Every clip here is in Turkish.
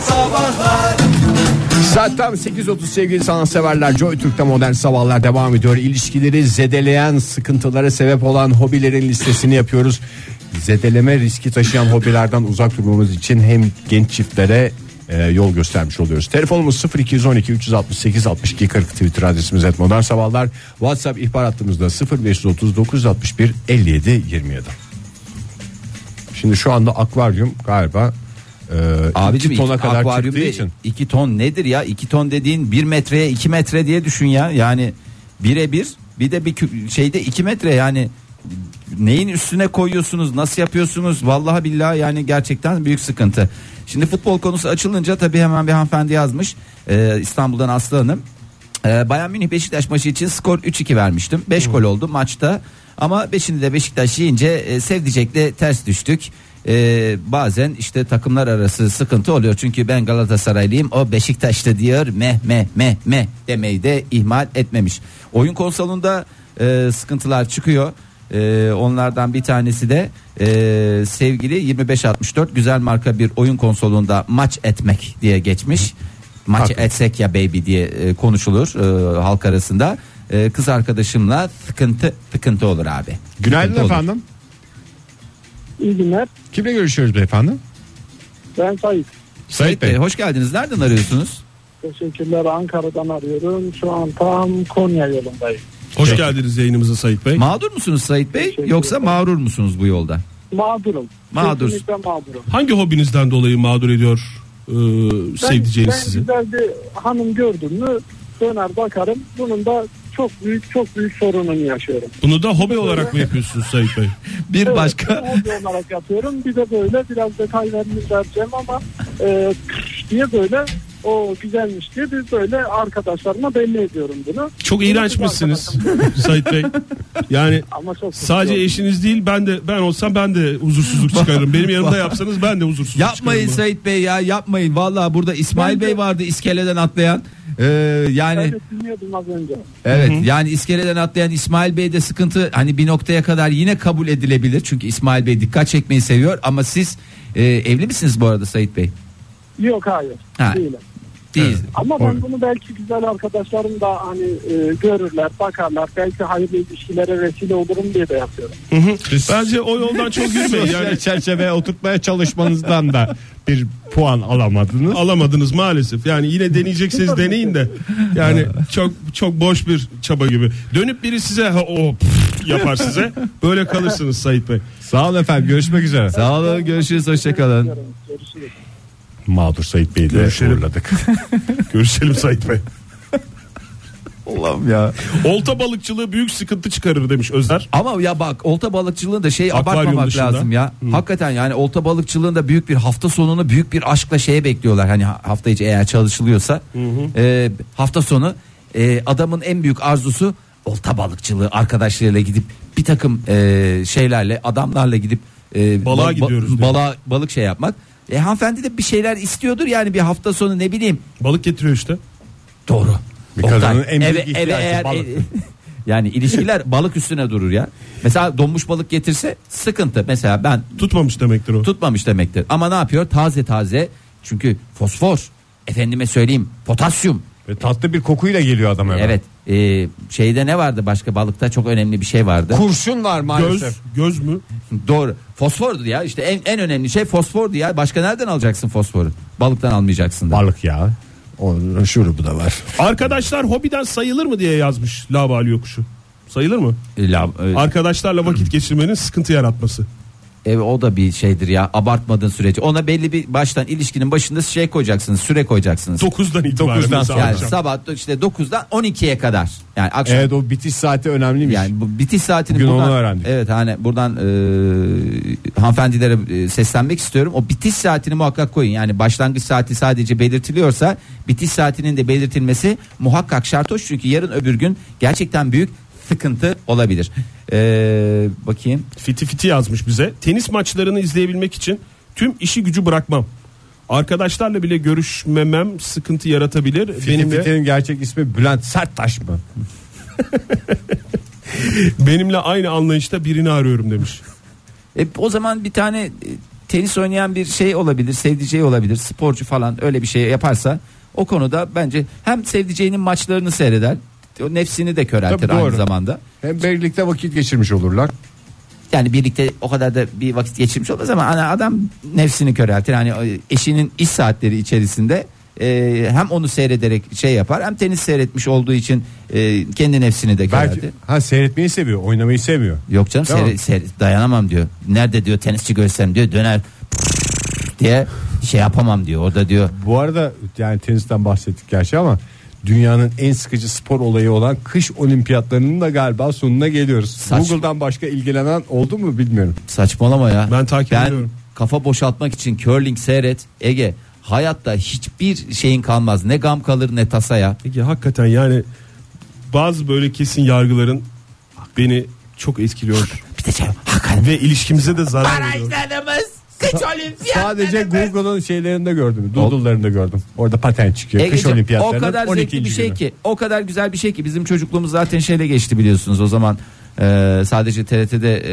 Sabahlar. Saat tam 8.30 sevgili sanatseverler. Joy Türk'te modern sabahlar devam ediyor. İlişkileri zedeleyen, sıkıntılara sebep olan hobilerin listesini yapıyoruz. Zedeleme riski taşıyan hobilerden uzak durmamız için hem genç çiftlere yol göstermiş oluyoruz. Telefonumuz 0212 368 62 40, Twitter adresimiz @modern sabahlar. WhatsApp ihbar hattımızda 0530 961 57 27. Şimdi şu anda akvaryum galiba Abicim 2 tona kadar akvaryum çıktığı için. 2 ton nedir ya? 2 ton dediğin 1 metreye 2 metre diye düşün ya. Yani birebir, bir de bir şeyde 2 metre, yani neyin üstüne koyuyorsunuz, nasıl yapıyorsunuz? Vallahi billahi yani gerçekten büyük sıkıntı. Şimdi futbol konusu açılınca tabii hemen bir hanımefendi yazmış. İstanbul'dan Aslı Hanım. Bayern Münih Beşiktaş maçı için skor 3-2 vermiştim. 5 gol oldu maçta. Ama 5'ini de Beşiktaş yiyince Sevdicek'le ters düştük. Bazen işte takımlar arası sıkıntı oluyor. Çünkü ben Galatasaraylıyım, o Beşiktaş'ta diyor, meh demeyi de ihmal etmemiş. Oyun konsolunda sıkıntılar çıkıyor. Onlardan bir tanesi de sevgili 2564 güzel marka bir oyun konsolunda maç etmek diye geçmiş. Maç etsek ya baby diye konuşulur halk arasında. Kız arkadaşımla sıkıntı olur abi. Günaydın Sıkıntı efendim. Olur. İyi günler. Kimle görüşüyoruz beyefendi? Ben Sait. Sait Bey. Hoş geldiniz. Nereden arıyorsunuz? Teşekkürler. Ankara'dan arıyorum. Şu an tam Konya yolundayım. Hoş geldiniz yayınımıza Sait Bey. Mağdur musunuz Sait Bey, yoksa mağrur musunuz bu yolda? Mağdurum. Mağdur. Kesinlikle mağdurum. Hangi hobinizden dolayı mağdur ediyor sevdiceğiniz sizi? Ben güzel bir hanım gördüm mü döner bakarım. Bunun da çok büyük sorununu yaşıyorum. Bunu da hobi olarak mı yapıyorsunuz Sait Bey? Bir Evet, başka hobi olarak yapıyorum. Bir de böyle biraz detay vermeyeceğim ama diye böyle o güzelmiş diye biz böyle arkadaşlarıma belli ediyorum bunu. Çok iğrençmişsiniz Sait Bey. Yani Ama çok sadece eşiniz değil, ben olsam ben de huzursuzluk çıkarırım. Benim yanımda yapsanız ben de huzursuzluk yapmayın çıkarırım. Sait Bey ya, yapmayın. Vallahi burada İsmail Bey vardı iskeleden atlayan. Yani Evet, dinliyordum az önce. evet, yani iskeleden atlayan İsmail Bey'de sıkıntı hani bir noktaya kadar yine kabul edilebilir. Çünkü İsmail Bey dikkat çekmeyi seviyor ama siz evli misiniz bu arada Sait Bey? Yok, hayır. Ha. Değilim. Değil. Ama ben bunu belki güzel arkadaşlarım da hani görürler, bakarlar. Belki hayırlı ilişkilere vesile olurum diye de yapıyorum. Bence o yoldan çok yürümeyin. Yani çerçeveye oturtmaya çalışmanızdan da bir puan alamadınız. alamadınız maalesef. Yani yine deneyecekseniz deneyin de. Yani çok boş bir çaba gibi. Dönüp biri size yapar size. Böyle kalırsınız Sait Bey. Sağ olun efendim, görüşmek üzere. Sağ olun, görüşürüz, hoşçakalın. Görüşürüz. Mağdur Sait Bey'i de Görüşelim. uğurladık. Görüşelim Sait Bey. Allah'ım ya. Olta balıkçılığı büyük sıkıntı çıkarır demiş Özler. Ama ya bak, olta balıkçılığında Akvaryum abartmamak dışında. lazım ya. Hakikaten yani olta balıkçılığında büyük bir hafta sonunu büyük bir aşkla bekliyorlar. Hani hafta içi eğer çalışılıyorsa hafta sonu adamın en büyük arzusu olta balıkçılığı, arkadaşlarıyla gidip bir takım şeylerle, adamlarla gidip Balığa gidiyoruz diyor. balık yapmak. Hanımefendi de bir şeyler istiyordur yani, bir hafta sonu ne bileyim. Balık getiriyor işte. Doğru. Bir kadının Oktay, en büyük eve ihtiyacı eğer balık. yani ilişkiler balık üstüne durur ya. Mesela donmuş balık getirse sıkıntı. Mesela ben Tutmamış demektir o. tutmamış demektir. Ama ne yapıyor? Taze. Çünkü fosfor, efendime söyleyeyim, potasyum. Ve tatlı bir kokuyla geliyor adam hemen. Evet. Şeyde ne vardı, başka balıkta çok önemli bir şey vardı. Kurşun var maalesef. Göz mü? Doğru. Fosfordu ya. İşte en önemli şey fosfordu ya. Başka nereden alacaksın fosforu? Balıktan almayacaksın da. Balık ya. Onun şurubu da var. Arkadaşlar hobiden sayılır mı diye yazmış Labali Yokuşu. Sayılır mı? Arkadaşlarla vakit geçirmenin sıkıntı yaratması. O da bir şeydir ya, abartmadığın sürece. Ona belli bir baştan ilişkinin başında koyacaksınız, süre koyacaksınız. 9'dan itibaren. 9'dan mesela sonra. Yani alacağım. sabah işte 9'dan 12'ye kadar. Yani akşam. Evet, o bitiş saati önemliymiş. Yani bu bitiş saatini Bugün buradan, onu öğrendik. evet, hani buradan hanımefendilere seslenmek istiyorum. O bitiş saatini muhakkak koyun. Yani başlangıç saati sadece belirtiliyorsa bitiş saatinin de belirtilmesi muhakkak şart hoş. Çünkü yarın öbür gün gerçekten büyük sıkıntı olabilir. Bakayım. Fiti yazmış bize. Tenis maçlarını izleyebilmek için tüm işi gücü bırakmam. Arkadaşlarla bile görüşmemem sıkıntı yaratabilir. Fiti'nin gerçek ismi Bülent Serttaş mı? Benimle aynı anlayışta birini arıyorum demiş. O zaman bir tane tenis oynayan bir şey olabilir, sevdiceği olabilir, sporcu falan öyle bir şey yaparsa o konuda bence hem sevdiceğinin maçlarını seyreder, o nefsini de köreltir Tabii, aynı doğru. zamanda. Hem birlikte vakit geçirmiş olurlar. Yani birlikte o kadar da bir vakit geçirmiş olmaz ama hani adam nefsini köreltir. Hani eşinin iş saatleri içerisinde hem onu seyrederek şey yapar, hem tenis seyretmiş olduğu için kendi nefsini de köreltir. Belki seyretmeyi seviyor, oynamayı sevmiyor. Yok canım, dayanamam diyor. Nerede diyor tenisçi görsem diyor döner diye şey yapamam diyor. O da diyor. Bu arada yani tenisten bahsettik gerçi ama dünyanın en sıkıcı spor olayı olan kış olimpiyatlarının da galiba sonuna geliyoruz. Google'dan başka ilgilenen oldu mu bilmiyorum. Saçmalama ya. Ben takip ediyorum. Kafa boşaltmak için curling seyret Ege. Hayatta hiçbir şeyin kalmaz. Ne gam kalır ne tasaya. Peki hakikaten yani bazı böyle kesin yargıların beni çok etkiliyor. Bir de şey hakikaten. Ve ilişkimize de zarar veriyor. Sadece Google'ın şeylerinde gördüm. Doodle'larında gördüm. Orada patent çıkıyor. Kış Egeciğim, olimpiyatlarının o kadar 12. zevkli bir şey günü. ki, o kadar güzel bir şey ki bizim çocukluğumuz zaten şeyle geçti biliyorsunuz o zaman. Sadece TRT'de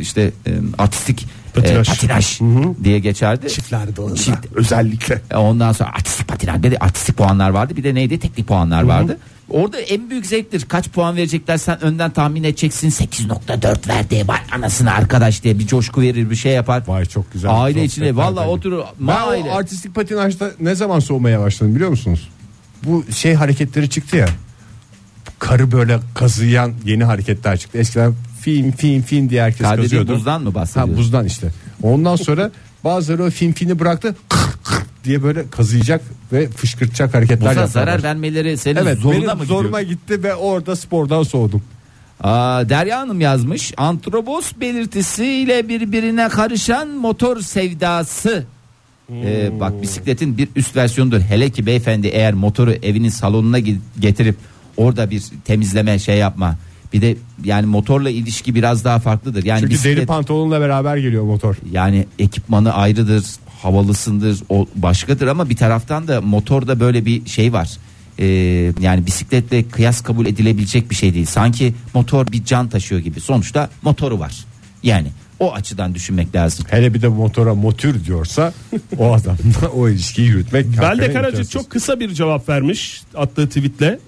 artistik patinaj diye geçerdi. Çiftler dalında özellikle. Ondan sonra artistik patinaj, bir de artistik puanlar vardı, bir de neydi, teknik puanlar vardı. Orada en büyük zevktir. Kaç puan verecekler sen önden tahmin edeceksin. 8.4 verdi. Vay anasını arkadaş diye bir coşku verir, bir şey yapar. Vay çok güzel. Aile Çok içinde valla spektakel. oturur. Ben o artistik patinajda ne zaman soğumaya başladım biliyor musunuz? Bu şey hareketleri çıktı ya. Karı böyle kazıyan yeni hareketler çıktı. Eskiden fin diye herkes Sadece kazıyordu. buzdan mı bahsediyorsun? Ha, buzdan işte. Ondan sonra bazıları o fini bıraktı diye böyle kazıyacak ve fışkırtacak hareketler Buza yaptılar. zarar vermeleri senin Evet, zoruna benim mı zoruma gidiyor? gitti ve orada spordan soğudum. Derya Hanım yazmış. Antrobos belirtisiyle birbirine karışan motor sevdası. Bak, bisikletin bir üst versiyonudur. Hele ki beyefendi eğer motoru evinin salonuna getirip orada bir temizleme şey yapma. Bir de yani motorla ilişki biraz daha farklıdır. Yani Çünkü bisiklet, deri pantolonla beraber geliyor motor. yani ekipmanı ayrıdır, havalısındır, o başkadır ama bir taraftan da motorda böyle bir şey var. Yani bisikletle kıyas kabul edilebilecek bir şey değil. Sanki motor bir can taşıyor gibi. Sonuçta motoru var. Yani o açıdan düşünmek lazım. Hele bir de motora motür diyorsa o adamla o ilişkiyi yürütmek. Belde Karaca çok kısa bir cevap vermiş attığı tweetle.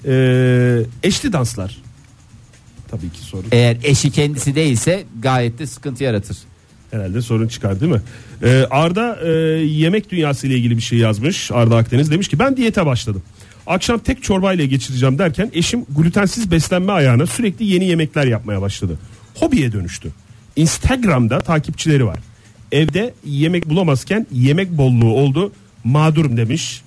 Eşli danslar. Tabii ki sorun. Eğer eşi kendisi değilse gayet de sıkıntı yaratır. Herhalde sorun çıkar değil mi? Arda yemek dünyası ile ilgili bir şey yazmış. Arda Akdeniz demiş ki ben diyete başladım. Akşam tek çorbayla geçireceğim derken eşim glutensiz beslenme ayağına sürekli yeni yemekler yapmaya başladı. Hobiye dönüştü. Instagram'da takipçileri var. Evde yemek bulamazken yemek bolluğu oldu. Mağdurum demiş.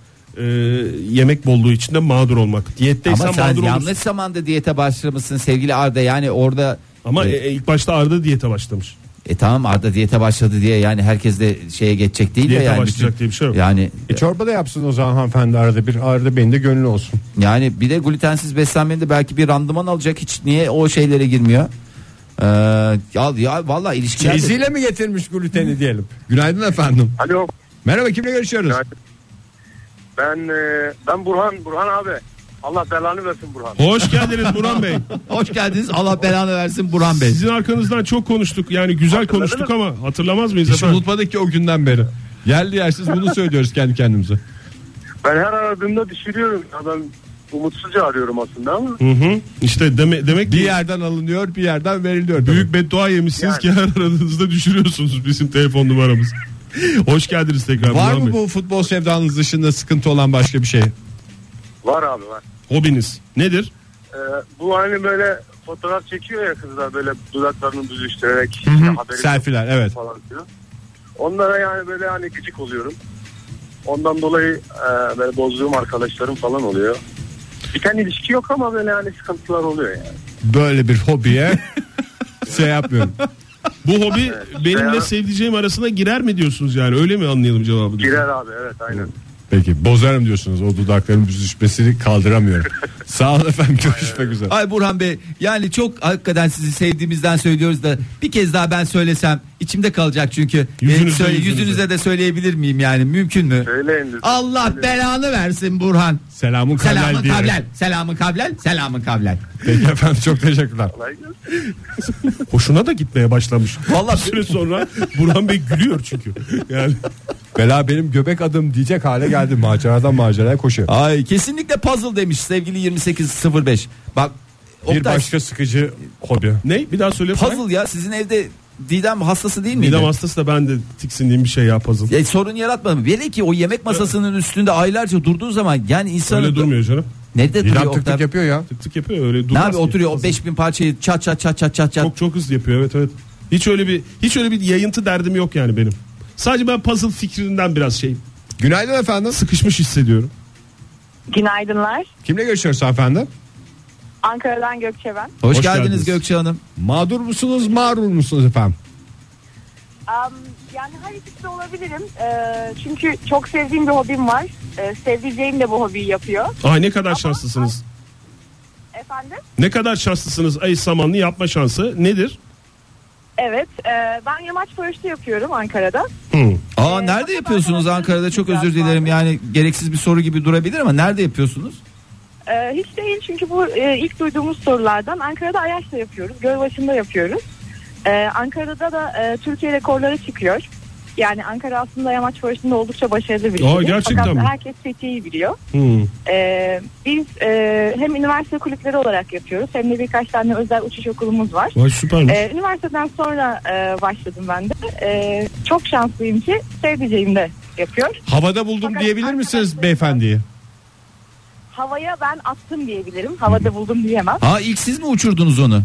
Yemek bolluğu içinde mağdur olmak. Diyetteysen Ama sen mağdur yanlış olursun. zamanda diyete başlamışsın sevgili Arda. Yani orada Ama ilk başta Arda diyete başlamış. tamam, Arda diyete başladı diye yani herkes de şeye geçecek değil Diyete de yani başlayacak diye bir şey yok. Yani Çorba da yapsın o zaman hanımefendi arada benim de gönlü olsun. yani bir de glutensiz beslenmede belki bir randıman alacak, hiç niye o şeylere girmiyor? Ya vallahi ilişkiler Çeyiziyle mi getirmiş gluteni diyelim. Günaydın efendim. Alo. Merhaba, kimle görüşüyoruz? Ben Burhan abi. Allah belanı versin Burhan. Hoş geldiniz Burhan Bey. hoş geldiniz. Allah belanı versin Burhan Bey. Sizin arkanızdan çok konuştuk. Yani güzel konuştuk ama hatırlamaz mıyız Hiç efendim? unutmadık ki o günden beri. Yerli yersiz bunu söylüyoruz kendi kendimize. Ben her aradığımda düşürüyorum. Ben umutsuzca arıyorum aslında ama. İşte demek Bir ki yerden alınıyor, bir yerden veriliyor. büyük beddua yemişsiniz ki her aradığınızda düşürüyorsunuz bizim telefon numaramızı. Hoş geldiniz tekrar Var Burhan mı Bey. bu futbol sevdanız dışında sıkıntı olan başka bir şey? Var abi var. Hobiniz nedir? Bu hani böyle fotoğraf çekiyor ya kızlar böyle dudaklarını büzüştürerek haberi Selfie'ler, evet. falan diyor. Onlara yani böyle hani gıcık oluyorum. Ondan dolayı böyle bozduğum arkadaşlarım falan oluyor. Biten ilişki yok ama böyle hani sıkıntılar oluyor yani. Böyle bir hobiye şey yapmıyorum. Bu hobi benimle sevdiceğim arasına girer mi diyorsunuz yani, öyle mi anlayalım cevabı? Girer abi, evet aynen. Peki bozarım diyorsunuz, o dudakların büzüşmesini kaldıramıyorum. Sağ olun efendim, görüşmek üzere. Ay Burhan Bey, yani çok hakikaten sizi sevdiğimizden söylüyoruz da bir kez daha ben söylesem içimde kalacak çünkü. Yüzünüze de söyleyebilir miyim yani, mümkün mü? Söyleyin lütfen. Allah belanı versin Burhan. Selamın kavlen Selamın diye. kavlen. Selamın kavlen. Selamın kavlen. Peki efendim, çok teşekkürler. Kolay gelsin. Hoşuna da gitmeye başlamış. Vallahi bir süre sonra Burhan Bey gülüyor çünkü. Yani Bela benim göbek adım diyecek hale geldi, maceradan maceraya koşuyor. Ay kesinlikle puzzle demiş sevgili 2805. Bak Bir Oktay, başka sıkıcı hobi. ne? Bir daha söyle. puzzle ya, sizin evde Didem hastası değil miydi? Midem hastası da ben de tiksindiğim bir şey ya, puzzle. Ya, sorun yaratmadı mı? Velev ki o yemek masasının üstünde aylarca durduğu zaman yani insanın... Öyle durmuyor canım. Nerede duruyor Didem tık Oktay? tık yapıyor ya. Tık tık yapıyor, öyle Ne durmaz abi, ki. oturuyor o Puzzle. 5000 parçayı çat çat çat çat çat çat. Çok hızlı yapıyor, evet. Hiç öyle bir yayıntı derdim yok yani benim. Sadece ben puzzle fikrinden biraz Günaydın efendim. sıkışmış hissediyorum. Günaydınlar. Kimle görüşüyoruz efendim? Ankara'dan Gökçe ben. Hoş Hoş geldiniz geldiniz. Gökçe Hanım. Mağdur musunuz, mağrur musunuz efendim? Yani her ikisi de olabilirim. Çünkü çok sevdiğim bir hobim var. Sevdiceğim de bu hobiyi yapıyor. Ay ne kadar şanslısınız. Efendim? Ne kadar şanslısınız, ay samanlı yapma şansı nedir? Evet. Ben yamaç paraşütü yapıyorum Ankara'da. Nerede yapıyorsunuz Ankara'da? Çok özür dilerim yani, gereksiz bir soru gibi durabilir ama nerede yapıyorsunuz? Hiç değil çünkü bu ilk duyduğumuz sorulardan. Ankara'da Ayaş'ta yapıyoruz. Gölbaşı'nda yapıyoruz. Ankara'da da Türkiye rekorları çıkıyor. Yani Ankara aslında yamaç paraşütünde oldukça başarılı bir şehir. Gerçekten Fakat mi? herkes Fethiye'yi biliyor. Biz hem üniversite kulüpleri olarak yapıyoruz hem de birkaç tane özel uçuş okulumuz var. Vay süpermiş. Üniversiteden sonra başladım ben de. Çok şanslıyım ki sevdiceğim de yapıyor. Havada buldum Fakat diyebilir misiniz arkadaşlarım- beyefendiye? Havaya ben attım diyebilirim. Havada buldum diyemem. İlk siz mi uçurdunuz onu?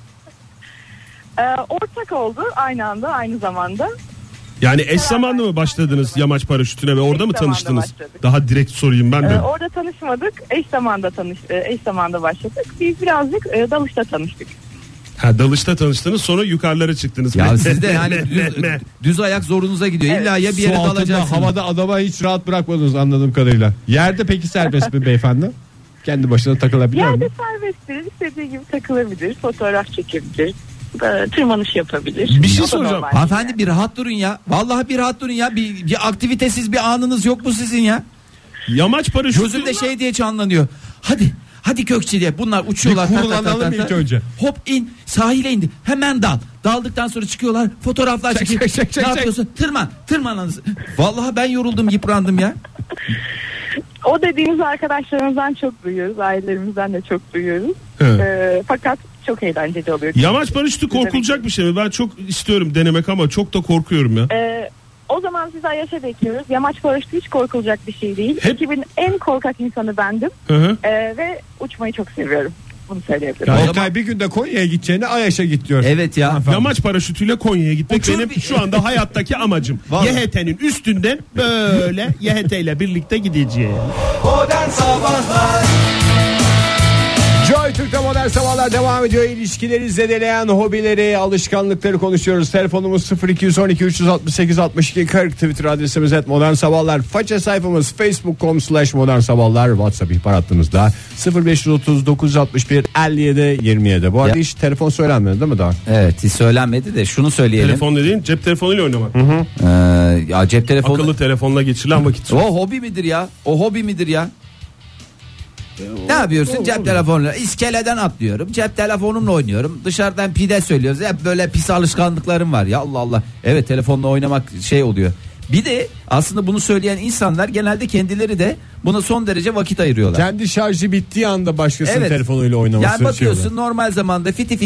Ortak oldu aynı anda, aynı zamanda. Yani eş zamanlı mı başladınız yamaç paraşütüne ve orada mı Eş zamanda tanıştınız? başladık. Daha direkt sorayım ben de. Orada tanışmadık. Eş zamanda başladık. Biz birazcık dalışta tanıştık. Dalışta tanıştınız, sonra yukarılara çıktınız. Ya siz de yani düz ayak zorunuza gidiyor. İlla ya bir Su yere altında, dalacaksınız. havada adama hiç rahat bırakmadınız anladığım kadarıyla. Yerde peki serbest mi beyefendi? Kendi başına takılabiliyor mu? Yerde serbesttir. İstediği gibi takılabilir. Fotoğraf çekebilir. Tırmanış yapabilir. Bir şey O da soracağım. normal. Hanımefendi bir rahat durun ya. Vallahi bir rahat durun ya. Bir aktivitesiz bir anınız yok mu sizin ya? Yamaç paraşütü. Gözümde diye canlanıyor. Hadi Gökçe diye bunlar uçuyorlar. Bir kullanalım ilk önce. Hop in, sahile indi. Hemen dal. Daldıktan sonra çıkıyorlar. Fotoğraflar çekiyor. çek, Ne çek. yapıyorsun? Tırmanınız. Vallahi ben yoruldum, yıprandım ya. O dediğiniz arkadaşlarımızdan çok duyuyoruz. Ailelerimizden de çok duyuyoruz. Fakat çok eğlenceli oluyor. Yamaç paraşütü korkulacak bir şey mi? Ben çok istiyorum denemek ama çok da korkuyorum ya. O zaman sizi Ayaş'a bekliyoruz. Yamaç paraşütü hiç korkulacak bir şey değil. Ekibin en korkak insanı bendim. Ve uçmayı çok seviyorum. Bunu söyleyebilirim. Ya, Oktay bir günde Konya'ya gideceğine Ayaş'a git diyor. Evet ya. Yamaç paraşütüyle Konya'ya gitmek Uçur benim bir- şu anda hayattaki amacım. Vallahi. YHT'nin üstünden böyle YHT ile birlikte gideceğim. Joy Türk'te modern sabahlar devam ediyor. İlişkileri zedeleyen hobileri, alışkanlıkları konuşuyoruz. Telefonumuz 0212 368 62 40. Twitter adresimiz @modernsabahlar. Faça sayfamız facebook.com/modern sabahlar. WhatsApp ihbar hattımızda 0530 961 57 27. Bu arada hiç telefon söylenmedi değil mi daha? Evet, hiç söylenmedi de şunu söyleyelim. Telefon dediğin cep telefonuyla oynamak. Ya cep telefonu. Akıllı telefonla geçirilen vakit. O hobi midir ya? O hobi midir ya? Ne yapıyorsun? Cep telefonuyla iskeleden atlıyorum. Cep telefonumla oynuyorum. Dışarıdan pide söylüyoruz. Hep böyle pis alışkanlıklarım var ya, Allah Allah. Evet, telefonla oynamak şey oluyor. Bir de aslında bunu söyleyen insanlar genelde kendileri de buna son derece vakit ayırıyorlar. Kendi şarjı bittiği anda başkasının Evet. telefonuyla oynaması. Yani bakıyorsun normal zamanda fiti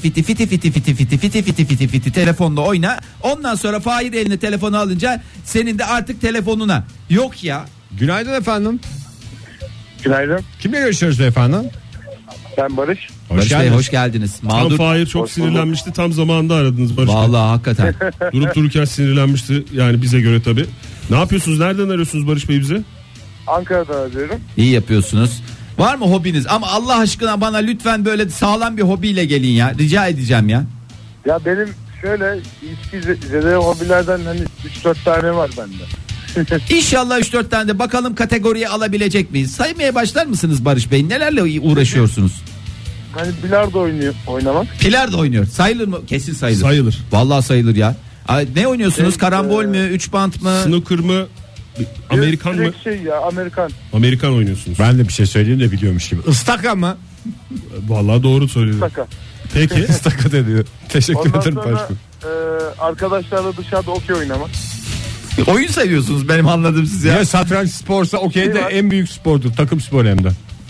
fiti telefonla oyna. Ondan sonra Fahir eline telefonu alınca senin de artık telefonuna. Yok ya. Günaydın efendim. Günaydın. Kimle görüşüyoruz efendim? Ben Barış. Barış Bey hoş geldiniz. Tam Mağdur. Fahir çok Hoş bulduk. sinirlenmişti. Tam zamanında aradınız Barış Bey. Vallahi hakikaten. Durup dururken sinirlenmişti. Yani bize göre tabii. Ne yapıyorsunuz? Nereden arıyorsunuz Barış Bey bize? Ankara'da arıyorum. İyi yapıyorsunuz. Var mı hobiniz? Ama Allah aşkına bana lütfen böyle sağlam bir hobiyle gelin ya. Rica edeceğim ya. Ya benim şöyle ilişki zedeli hobilerden hani 3-4 tane var bende. İnşallah 3-4 tane de bakalım kategoriye alabilecek miyiz? Saymaya başlar mısınız Barış Bey? Nelerle uğraşıyorsunuz? Hani bilardo oynamak. Pilar da oynuyor. Sayılır mı? Kesin sayılır. Sayılır. Vallahi sayılır ya. Ne oynuyorsunuz? Karambol mü? 3 bant mı? Snooker mı? Amerikan mı? Şey ya, Amerikan. Amerikan oynuyorsunuz. Ben de bir şey söyleyeyim de biliyormuş gibi. Istaka mı? Vallahi doğru söyledin. Şaka. Peki. Istaka diyor. Teşekkür Ondan ederim sonra başkanım. arkadaşlarla dışarıda okey oynamak. Oyun sayıyorsunuz benim anladığım siz ya. Ya satranç sporsa okey de en büyük spordur. Takım sporu hem de.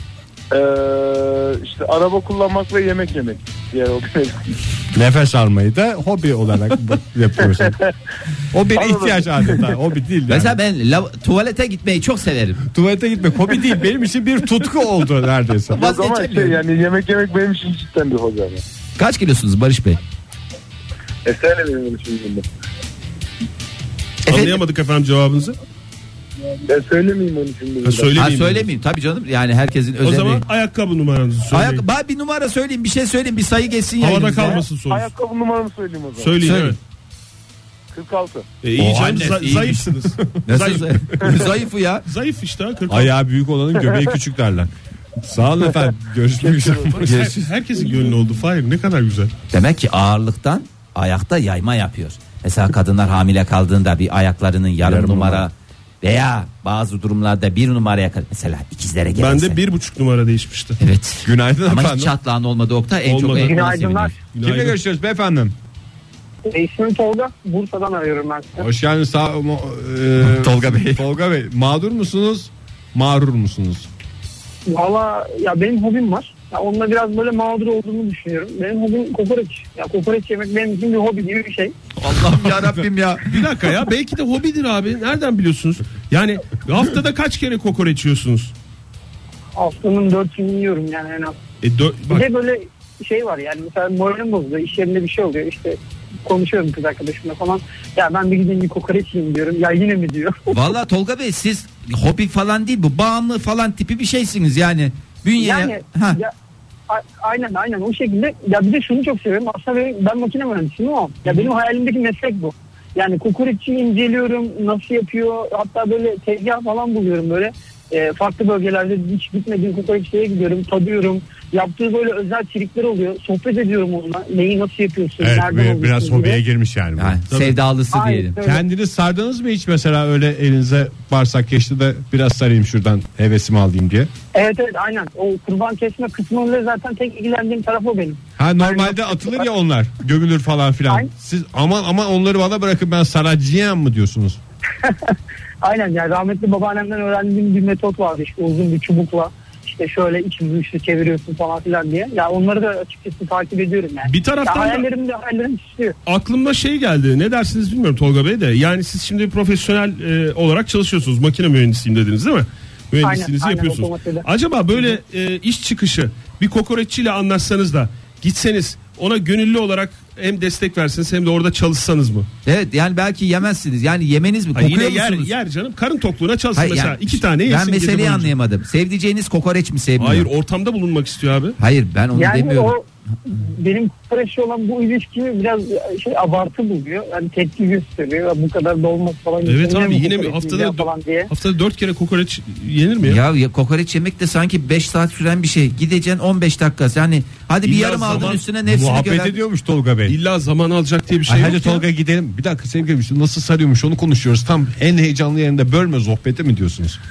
İşte araba kullanmak ve yemek yemek. Diğer okey. Nefes almayı da hobi olarak yapıyorsun. O bir Anladım. ihtiyaç adeta. Hobi değil yani. Mesela ben tuvalete gitmeyi çok severim. Tuvalete gitmek hobi değil. Benim için bir tutku oldu neredeyse. Yok ama yani yemek yemek benim için cidden bir hobi ama. Kaç kilosunuz Barış Bey? Söylemiyorum bunu şimdi. Anlayamadık efendim cevabınızı. Ben söylemeyeyim onu şimdi. Söylemeyeyim tabii canım, yani herkesin O özel zaman ayakkabı numaranızı söyleyin. bir numara söyleyeyim, bir şey söyleyeyim, bir sayı geçsin Havada yayınımıza. kalmasın sonuç. Ayakkabı numaramı söyleyeyim o zaman. Söyleyin Söyle. evet. 46. İyi O canım anne, iyiymiş. zayıfsınız. Nasıl Zayıf. zayıfı ya? Zayıf işte. 46. Ayağı büyük olanın göbeği küçük derler. Sağ olun efendim. Görüşmek üzere. Herkesin gönlü oldu. Fahir ne kadar güzel. Demek ki ağırlıktan ayakta yayma yapıyor. Mesela kadınlar hamile kaldığında bir ayaklarının yarım numara veya bazı durumlarda 1 numaraya kadar, mesela ikizlere gelirse. Bende 1,5 numara değişmişti. Evet. Günaydın Ama efendim. hiç çatlağın olmadı Oktay. En Olmadı. çok Günaydınlar. Kimle görüşüyoruz beyefendim? İsmim Tolga. Bursa'dan arıyorum ben size. Hoş geldiniz. Tolga Bey. Tolga Bey. Mağdur musunuz? Mağrur musunuz? Valla ya benim hobim var. Ya onunla biraz böyle mağdur olduğumu düşünüyorum. Benim hobim kokoreç. Ya kokoreç yemek benim için bir hobi gibi bir şey. Allah'ım yarabbim ya. Bir dakika ya, belki de hobidir abi. Nereden biliyorsunuz? Yani haftada kaç kere kokoreç yiyorsunuz? Haftanın 4 gün yiyorum yani en az. Bir Bak, de böyle şey var yani, mesela moralim bozuluyor. İş yerinde bir şey oluyor işte, konuşuyorum kız arkadaşımla falan. Ya ben bir gideyim bir kokoreç yiyeyim diyorum. Ya yine mi diyor. Vallahi Tolga Bey, siz hobi falan değil, bu bağımlı falan tipi bir şeysiniz yani. Bünyeye. Yani ya, aynen o şekilde. Ya bir de şunu çok seviyorum. Aslında ben makine mühendisiyim ama ya benim hayalimdeki meslek bu. Yani kokoreççi inceliyorum, nasıl yapıyor, hatta böyle tezgah falan buluyorum böyle. Farklı bölgelerde hiç gitmediğim kokoreççiye gidiyorum, tadıyorum. Yaptığı böyle özel trikler oluyor. Sohbet ediyorum onunla. Neyi nasıl yapıyorsun? Evet, nereden alıyorsun biraz gibi. hobiye girmiş yani. Bu. Yani sevdalısı diyelim. öyle. Kendiniz sardınız mı hiç mesela, öyle elinize bağırsak geçti de biraz sarayım şuradan hevesimi alayım diye? Evet aynen. O kurban kesme kısmıyla zaten tek ilgilendiğim taraf o benim. Ha, normalde atılır ya onlar, gömülür falan filan. Aynen. Siz aman onları bana bırakın, ben saracağım mı diyorsunuz? Aynen, yani rahmetli babaannemden öğrendiğim bir metot vardı, işte uzun bir çubukla işte şöyle içli dışlı çeviriyorsun falan filan diye. Ya onları da açıkçası takip ediyorum yani. bir taraftan da hayallerim istiyor. aklımda şey geldi. Ne dersiniz bilmiyorum Tolga Bey de. Yani siz şimdi profesyonel olarak çalışıyorsunuz. Makine mühendisiyim dediniz değil mi? Mühendisliğinizi Aynen, yapıyorsunuz. otomotivde. Acaba böyle iş çıkışı bir kokoreççiyle anlaşsanız da gitseniz, ona gönüllü olarak hem destek versiniz hem de orada çalışsanız mı? Evet, yani belki yemezsiniz. Yani yemeniz mi? Hayır, Kokuyor yine musunuz? yer canım. Karın tokluğuna çalışsın Hayır, mesela. yani 2 tane yesin. Ben gece meseleyi boyunca. anlayamadım. Sevdiceğiniz kokoreç mi sevmiyor? Hayır, ortamda bulunmak istiyor abi. Hayır, ben onu Yani demiyorum. o benim kokoreçle olan bu ilişkimi biraz abartı buluyor. Yani tepki gösteriyor. Bu kadar da olmaz falan. Evet abi, yine mi kokoreç haftada yiyeceğim falan diye. 4 kere kokoreç yenir mi ya? Ya kokoreç yemek de sanki 5 saat süren bir şey. Gideceksin 15 dakika. Yani hadi bir İlla yarım aldın zaman- üstüne nefsini Muhabbet gören. ediyormuş Tolga Bey. İlla zaman alacak diye bir şey Ay, yok hadi ya. Tolga gidelim. Bir dakika sevgilim, nasıl sarıyormuş onu konuşuyoruz. Tam en heyecanlı yerinde bölme sohbeti mi diyorsunuz?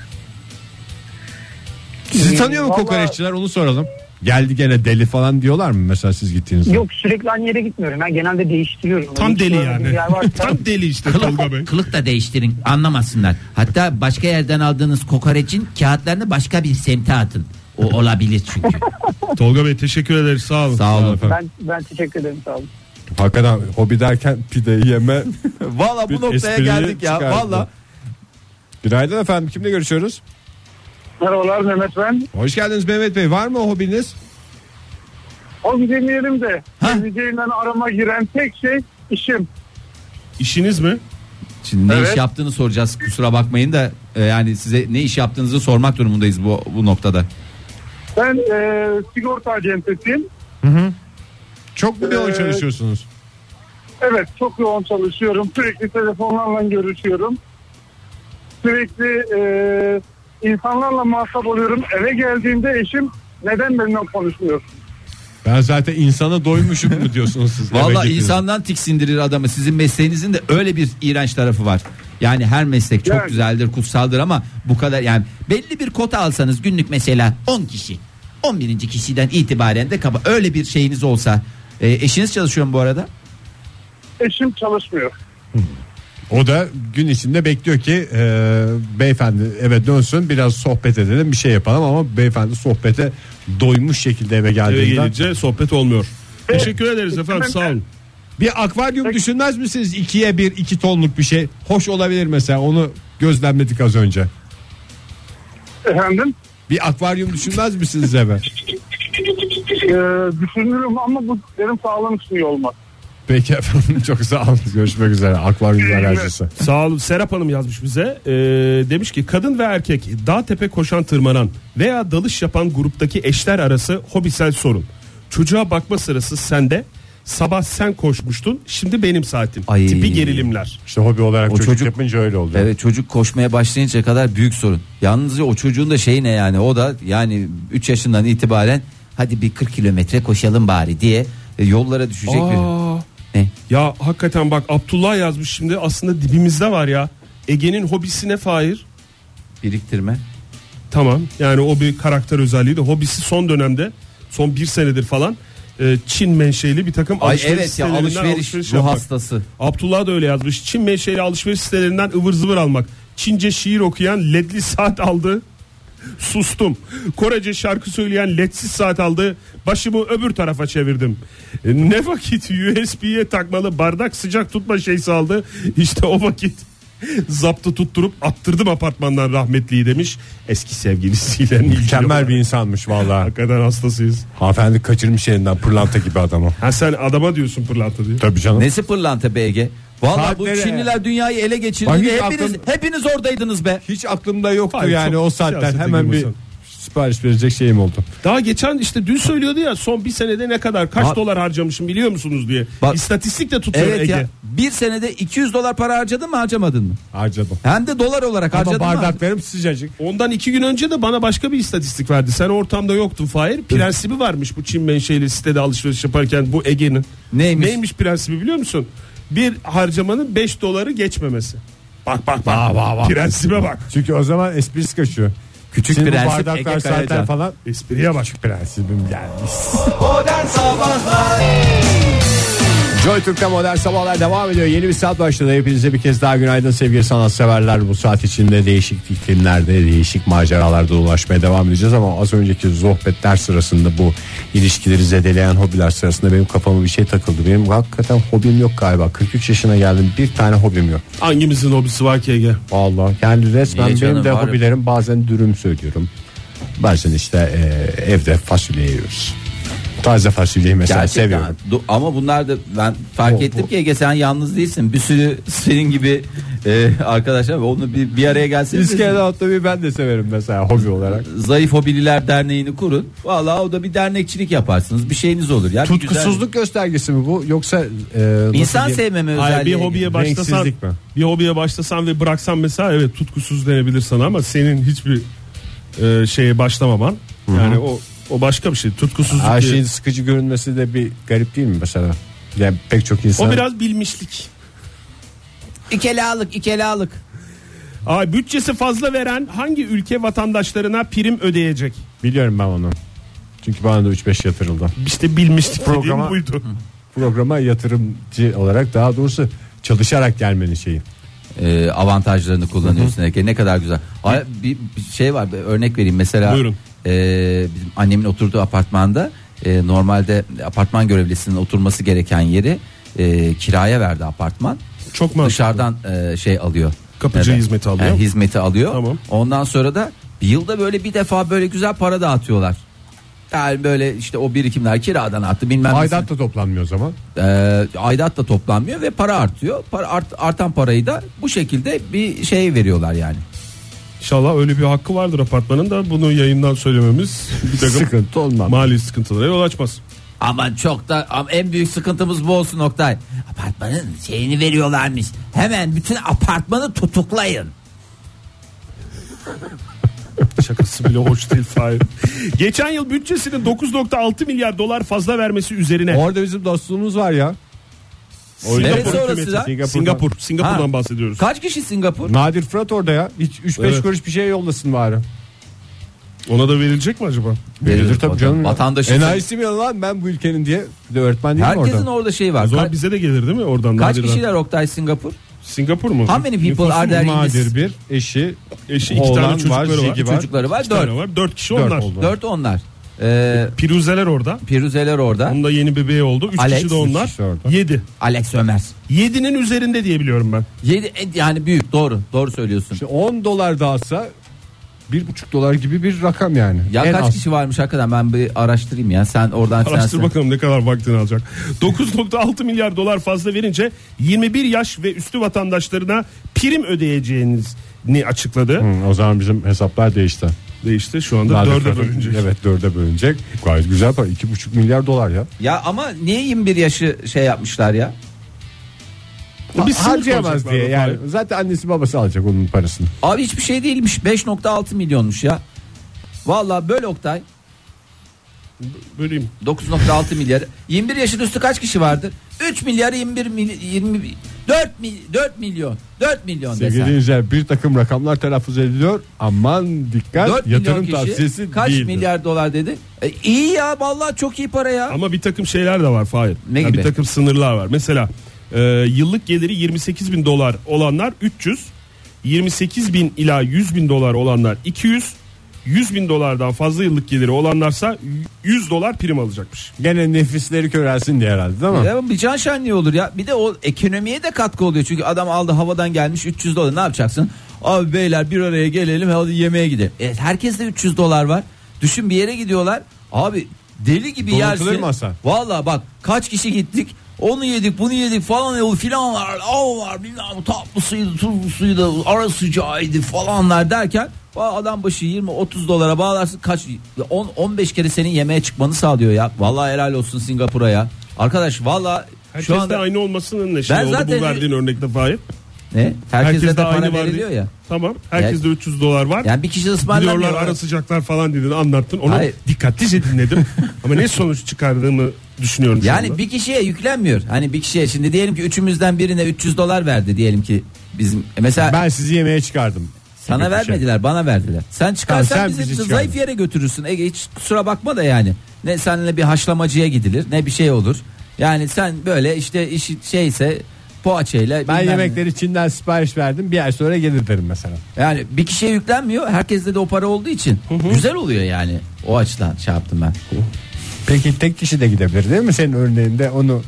Sizi tanıyor mu Vallahi- kokoreççiler, onu soralım. Geldi gene deli falan diyorlar mı mesela siz gittiğinizde? Yok, sürekli aynı yere gitmiyorum. Ben genelde değiştiriyorum. Tam Hiç deli böyle yani. bir yer varsa- Tam deli işte Tolga Bey. Kılık da değiştirin, anlamasınlar. Hatta başka yerden aldığınız kokoreçin kağıtlarını başka bir semte atın. O olabilir çünkü. Tolga Bey teşekkür ederiz, sağ olun. Sağ olun. Ben teşekkür ederim, sağ olun. Hakikaten hobi derken pide yeme. Valla bu Bir noktaya espriyi geldik ya. çıkardı. Valla. Günaydın efendim, kimle görüşüyoruz? Merhabalar, Mehmet ben. Hoş geldiniz Mehmet Bey, var mı hobiniz? O demeyelim de Ha? sevdiceğimle arama giren tek şey işim. İşiniz mi? Şimdi ne Evet. iş yaptığını soracağız, kusura bakmayın da yani size ne iş yaptığınızı sormak durumundayız bu noktada. Ben sigorta acentesiyim. Çok mu yoğun çalışıyorsunuz? Evet, çok yoğun çalışıyorum. Sürekli telefonlarla görüşüyorum. Sürekli insanlarla muhatap oluyorum. Eve geldiğimde eşim neden benimle konuşmuyor? Ben zaten insana doymuşum mu diyorsunuz siz? Valla insandan tiksindirir adamı. Sizin mesleğinizin de öyle bir iğrenç tarafı var. Yani her meslek çok Yani. güzeldir, kutsaldır ama bu kadar yani belli bir kota alsanız günlük mesela 10 kişi. 11. kişiden itibaren de öyle bir şeyiniz olsa. Eşiniz çalışıyor mu bu arada? Eşim çalışmıyor. O da gün içinde bekliyor ki beyefendi eve dönsün, biraz sohbet edelim, bir şey yapalım, ama beyefendi sohbete doymuş şekilde eve Eve geldiğinde gelince sohbet olmuyor. Teşekkür ederiz efendim, sağ olun. bir akvaryum düşünmez misiniz? 2'ye 1 2 tonluk bir şey hoş olabilir mesela, onu gözlemledik az önce. Efendim? Bir akvaryum düşünmez misiniz eve? Düşünürüm ama bu benim sağlığım için iyi olmaz. Peki efendim, çok sağ olun, görüşmek üzere. Akvaryum alerjisi. Sağ olun. Serap Hanım yazmış bize. Demiş ki kadın ve erkek dağ tepe koşan, tırmanan veya dalış yapan gruptaki eşler arası hobisel sorun. Çocuğa bakma sırası sende. Sabah sen koşmuştun, şimdi benim saatim. Ay. Tipi gerilimler. İşte hobi olarak O çocuk yapınca öyle oldu. Evet, çocuk koşmaya başlayınca kadar büyük sorun. Yalnızca o çocuğun da şeyi ne yani, o da yani 3 yaşından itibaren hadi bir 40 kilometre koşalım bari diye yollara düşecek bir. Ne? Ya hakikaten bak, Abdullah yazmış şimdi, aslında dibimizde var ya. Ege'nin hobisi ne Fahir? Biriktirme. Tamam, yani o bir karakter özelliği de, hobisi son dönemde, son bir senedir falan Çin menşeli bir takım Ay alışveriş evet ya, sitelerinden alışveriş ruh yapmak. hastası. Abdullah da öyle yazmış. Çin menşeli alışveriş sitelerinden ıvır zıvır almak. Çince şiir okuyan ledli saat aldı. Sustum. Korece şarkı söyleyen ledsiz saat aldı. Başımı öbür tarafa çevirdim. Ne vakit USB'ye takmalı bardak sıcak tutma şeysi aldı. İşte o vakit zaptı tutturup attırdım apartmandan rahmetliyi demiş. Eski sevgilisiyle. Mükemmel bir insanmış vallahi. Hakikaten hastasıyız. Hanımefendi kaçırmış elinden pırlanta gibi adamı. Ha, sen adama diyorsun pırlanta diye. Tabii canım. Nesi pırlanta be Ege? Vallahi bu Saatleri- Çinliler dünyayı ele geçirdi. Bak, Hepiniz oradaydınız be. Hiç aklımda yoktu Hayır, yani çok o saatten siyasete hemen bir girmesen. sipariş verecek şeyim oldu. Daha geçen işte dün söylüyordu ya, son bir senede ne kadar kaç dolar harcamışım biliyor musunuz diye. Bak- İstatistik de tutuyor Evet Ege. ya. Bir senede 200 dolar para harcadın mı, harcamadın mı? Harcadım. Hem de dolar olarak Ama harcadın mı? bardaklarım sıcacık. Ondan 2 gün önce de bana başka bir istatistik verdi. Sen ortamda yoktun Fahir. Prensibi varmış bu Çin menşeli sitede alışveriş yaparken bu Ege'nin. Neymiş? Prensibi biliyor musun? Bir harcamanın 5 doları geçmemesi. Bak. Prensibe bak. Çünkü o zaman esprisi kaçıyor. Küçük Şimdi bu prensip bardaklar, Ege saatler Kayacan. falan. Espriye bak. Prensibim gelmiş. Joy Türk'te modern sabahlar devam ediyor. Yeni bir saat başladı. Hepinize bir kez daha günaydın sevgili sanatseverler. Bu saat içinde değişik iklimlerde, değişik maceralarda dolaşmaya devam edeceğiz. Ama az önceki sohbetler sırasında, bu ilişkileri zedeleyen hobiler sırasında benim kafama bir şey takıldı. Benim hakikaten hobim yok galiba. 43 yaşına geldim, bir tane hobim yok. Hangimizin hobisi var ki Ege? Vallahi yani resmen Niye canım, benim de var ya. hobilerim, bazen dürüm söylüyorum. Bazen işte evde fasulye yiyoruz. Taze fasulyeyi mesela seviyorum. Ama bunlar da ben fark ettim ki Ege, sen yalnız değilsin. Bir sürü senin gibi arkadaşlar, onu bir araya gelseniz. İskeleton tabii ben de severim mesela hobi olarak. Zayıf Hobililer Derneği'ni kurun. Vallahi o da bir dernekçilik yaparsınız. Bir şeyiniz olur. Ya Tutkusuzluk göstergesi mi bu, yoksa İnsan sevmeme Hayır, özelliği. bir hobiye başlasan, renksizlik mi? bir hobiye başlasan ve bıraksan mesela, evet tutkusuz denebilir sana, ama senin hiçbir şeye başlamaman, yani o başka bir şey. Tutkusuzluk Her diye. şeyin sıkıcı görünmesi de bir garip değil mi mesela? Yani pek çok insan. O biraz bilmişlik. İkelalık. Bütçesi fazla veren hangi ülke vatandaşlarına prim ödeyecek? Biliyorum ben onu. Çünkü bana da 3-5 yatırıldı. İşte bilmişlik dediğim Programa- buydu. Programa yatırımcı olarak, daha doğrusu çalışarak gelmenin şeyi. Avantajlarını kullanıyorsun Ege, ne kadar güzel. Bir şey var, bir örnek vereyim mesela. Buyurun. Bizim annemin oturduğu apartmanda normalde apartman görevlisinin oturması gereken yeri kiraya verdi apartman. Çok mantıklı. Dışarıdan şey alıyor. Kapıcı Evet. hizmeti alıyor. Hizmeti alıyor. Tamam. Ondan sonra da bir yılda böyle bir defa böyle güzel para dağıtıyorlar. Yani böyle işte o birikimler kiradan arttı bilmem ne. Aidat da toplanmıyor o zaman. Aidat da toplanmıyor ve para artıyor. Artan parayı da bu şekilde bir şey veriyorlar yani. İnşallah öyle bir hakkı vardır apartmanın da, bunu yayından söylememiz bir takım Sıkıntı olmaz. mali sıkıntılara yol açmaz. Aman ama en büyük sıkıntımız bu olsun Oktay. Apartmanın şeyini veriyorlarmış. Hemen bütün apartmanı tutuklayın. Şakası bile hoş değil Fahir. Geçen yıl bütçesinin 9.6 milyar dolar fazla vermesi üzerine. Orada bizim dostluğumuz var ya. Neresi orası ya? Singapur'dan bahsediyoruz. Kaç kişi Singapur? Nadir Fırat orada ya. Hiç 3-5 Evet. kuruş bir şey yollasın bari. Ona da verilecek mi acaba? Verilir tabii canım. Vatandaşı. Enayisi mi lan ben bu ülkenin diye. Bir de öğretmen değil mi orada? Herkesin orada şeyi var. O zaman bize de gelir değil mi oradan? Kaç Nadir'den. kişiler Oktay Singapur? Singapur mu? How many people Nüfusu are there in Nadir this? bir eşi 2 oğlan tane çocukları var. Zeki Çocukları var. 2 tane 4. var. 4 kişi 4 onlar. oldu. 4 onlar. Piruzeler orada. Piruzeler orada. Onun da yeni bebeği oldu. 3 Alex, kişi de onlar. üç kişi orada. 7. Alex Ömer. 7'nin üzerinde diye biliyorum ben. 7 yani büyük, doğru söylüyorsun. İşte 10 dolar dağıtsa 1,5 dolar gibi bir rakam yani. Ya En kaç az. kişi varmış hakikaten, ben bir araştırayım ya. Sen oradan Araştır bakalım ne kadar vaktini alacak. 9.6 milyar dolar fazla verince 21 yaş ve üstü vatandaşlarına prim ödeyeceğini açıkladı. O zaman bizim hesaplar değişti. Değişti şu anda Nadir 4'e Fırat'ın- bölünecek. Evet 4'e bölünecek. Gayet güzel para. 2,5 milyar dolar ya. Ya ama niye 21 yaşı şey yapmışlar ya? Bir sınır Harcayamaz koyacaklar diye da yani. Fahir. Zaten annesi babası alacak onun parasını. Abi hiçbir şey değilmiş. 5.6 milyonmuş ya. Vallahi böyle Oktay. Böleyim. 9.6 milyar. 21 yaşın üstü kaç kişi vardır? 3 milyar 4 milyon. 4 milyon Sevgili desen. dinleyiciler bir takım rakamlar telaffuz ediliyor. Aman dikkat 4 milyon yatırım kişi tavsiyesi kaç değildir. milyar dolar dedi? İyi ya vallahi çok iyi para ya. Ama bir takım şeyler de var Fahir. Ne Yani gibi? bir takım sınırlar var. Mesela yıllık geliri 28 bin dolar olanlar 300, 28 bin ila 100 bin dolar olanlar 200, 100 bin dolardan fazla yıllık geliri olanlarsa 100 dolar prim alacakmış. Gene nefisleri körelsin diye herhalde değil mi? Ya bir can şenliği olur ya. Bir de o ekonomiye de katkı oluyor. Çünkü adam aldı havadan gelmiş 300 dolar, ne yapacaksın? Abi beyler bir araya gelelim hadi yemeğe gidelim. Herkeste 300 dolar var. Düşün bir yere gidiyorlar. Abi deli gibi Donatılır yersin. masa. Valla bak kaç kişi gittik. Onu yedik bunu yedik falan filan var. O var bilmem tatlısıydı tuzlusuydu ara sıcağıydı falanlar derken adam başı 20-30 dolara bağlarsın, kaç 10-15 kere senin yemeğe çıkmanı sağlıyor ya. Vallahi helal olsun Singapur'a ya. Arkadaş vallahi Herkes şu anda de aynı olmasının ne şey Ben oldu zaten- bu verdiğin örnekte Fahir. ne? Herkese de para aynı var veriliyor değil. ya. Tamam. Herkeste 300 dolar var. Yani bir kişi ısmarlamıyor. Gidiyorlar ara sıcaklar falan dedin anlattın. Onu Hayır. dikkatlice dinledim. Ama ne sonuç çıkardığımı düşünüyorum şu Yani anda. bir kişiye yüklenmiyor. Hani bir kişiye şimdi diyelim ki üçümüzden birine 300 dolar verdi diyelim ki bizim mesela Ben sizi yemeğe çıkardım. sana gibi bir vermediler bana verdiler. Sen çıkarsan Sen bizi bizi zayıf çıkardın. yere götürürsün. Ege hiç kusura bakma da yani. Ne seninle bir haşlamacıya gidilir ne bir şey olur. Yani sen böyle işte işi şeyse poğaçayla Ben bilmem ne. yemekleri Çin'den sipariş verdim. Bir ay sonra gelir derim mesela. Yani bir kişiye yüklenmiyor. Herkeste de o para olduğu için güzel oluyor yani. O açıdan şey yaptım ben. Peki tek kişi de gidebilir değil mi senin örneğinde onu?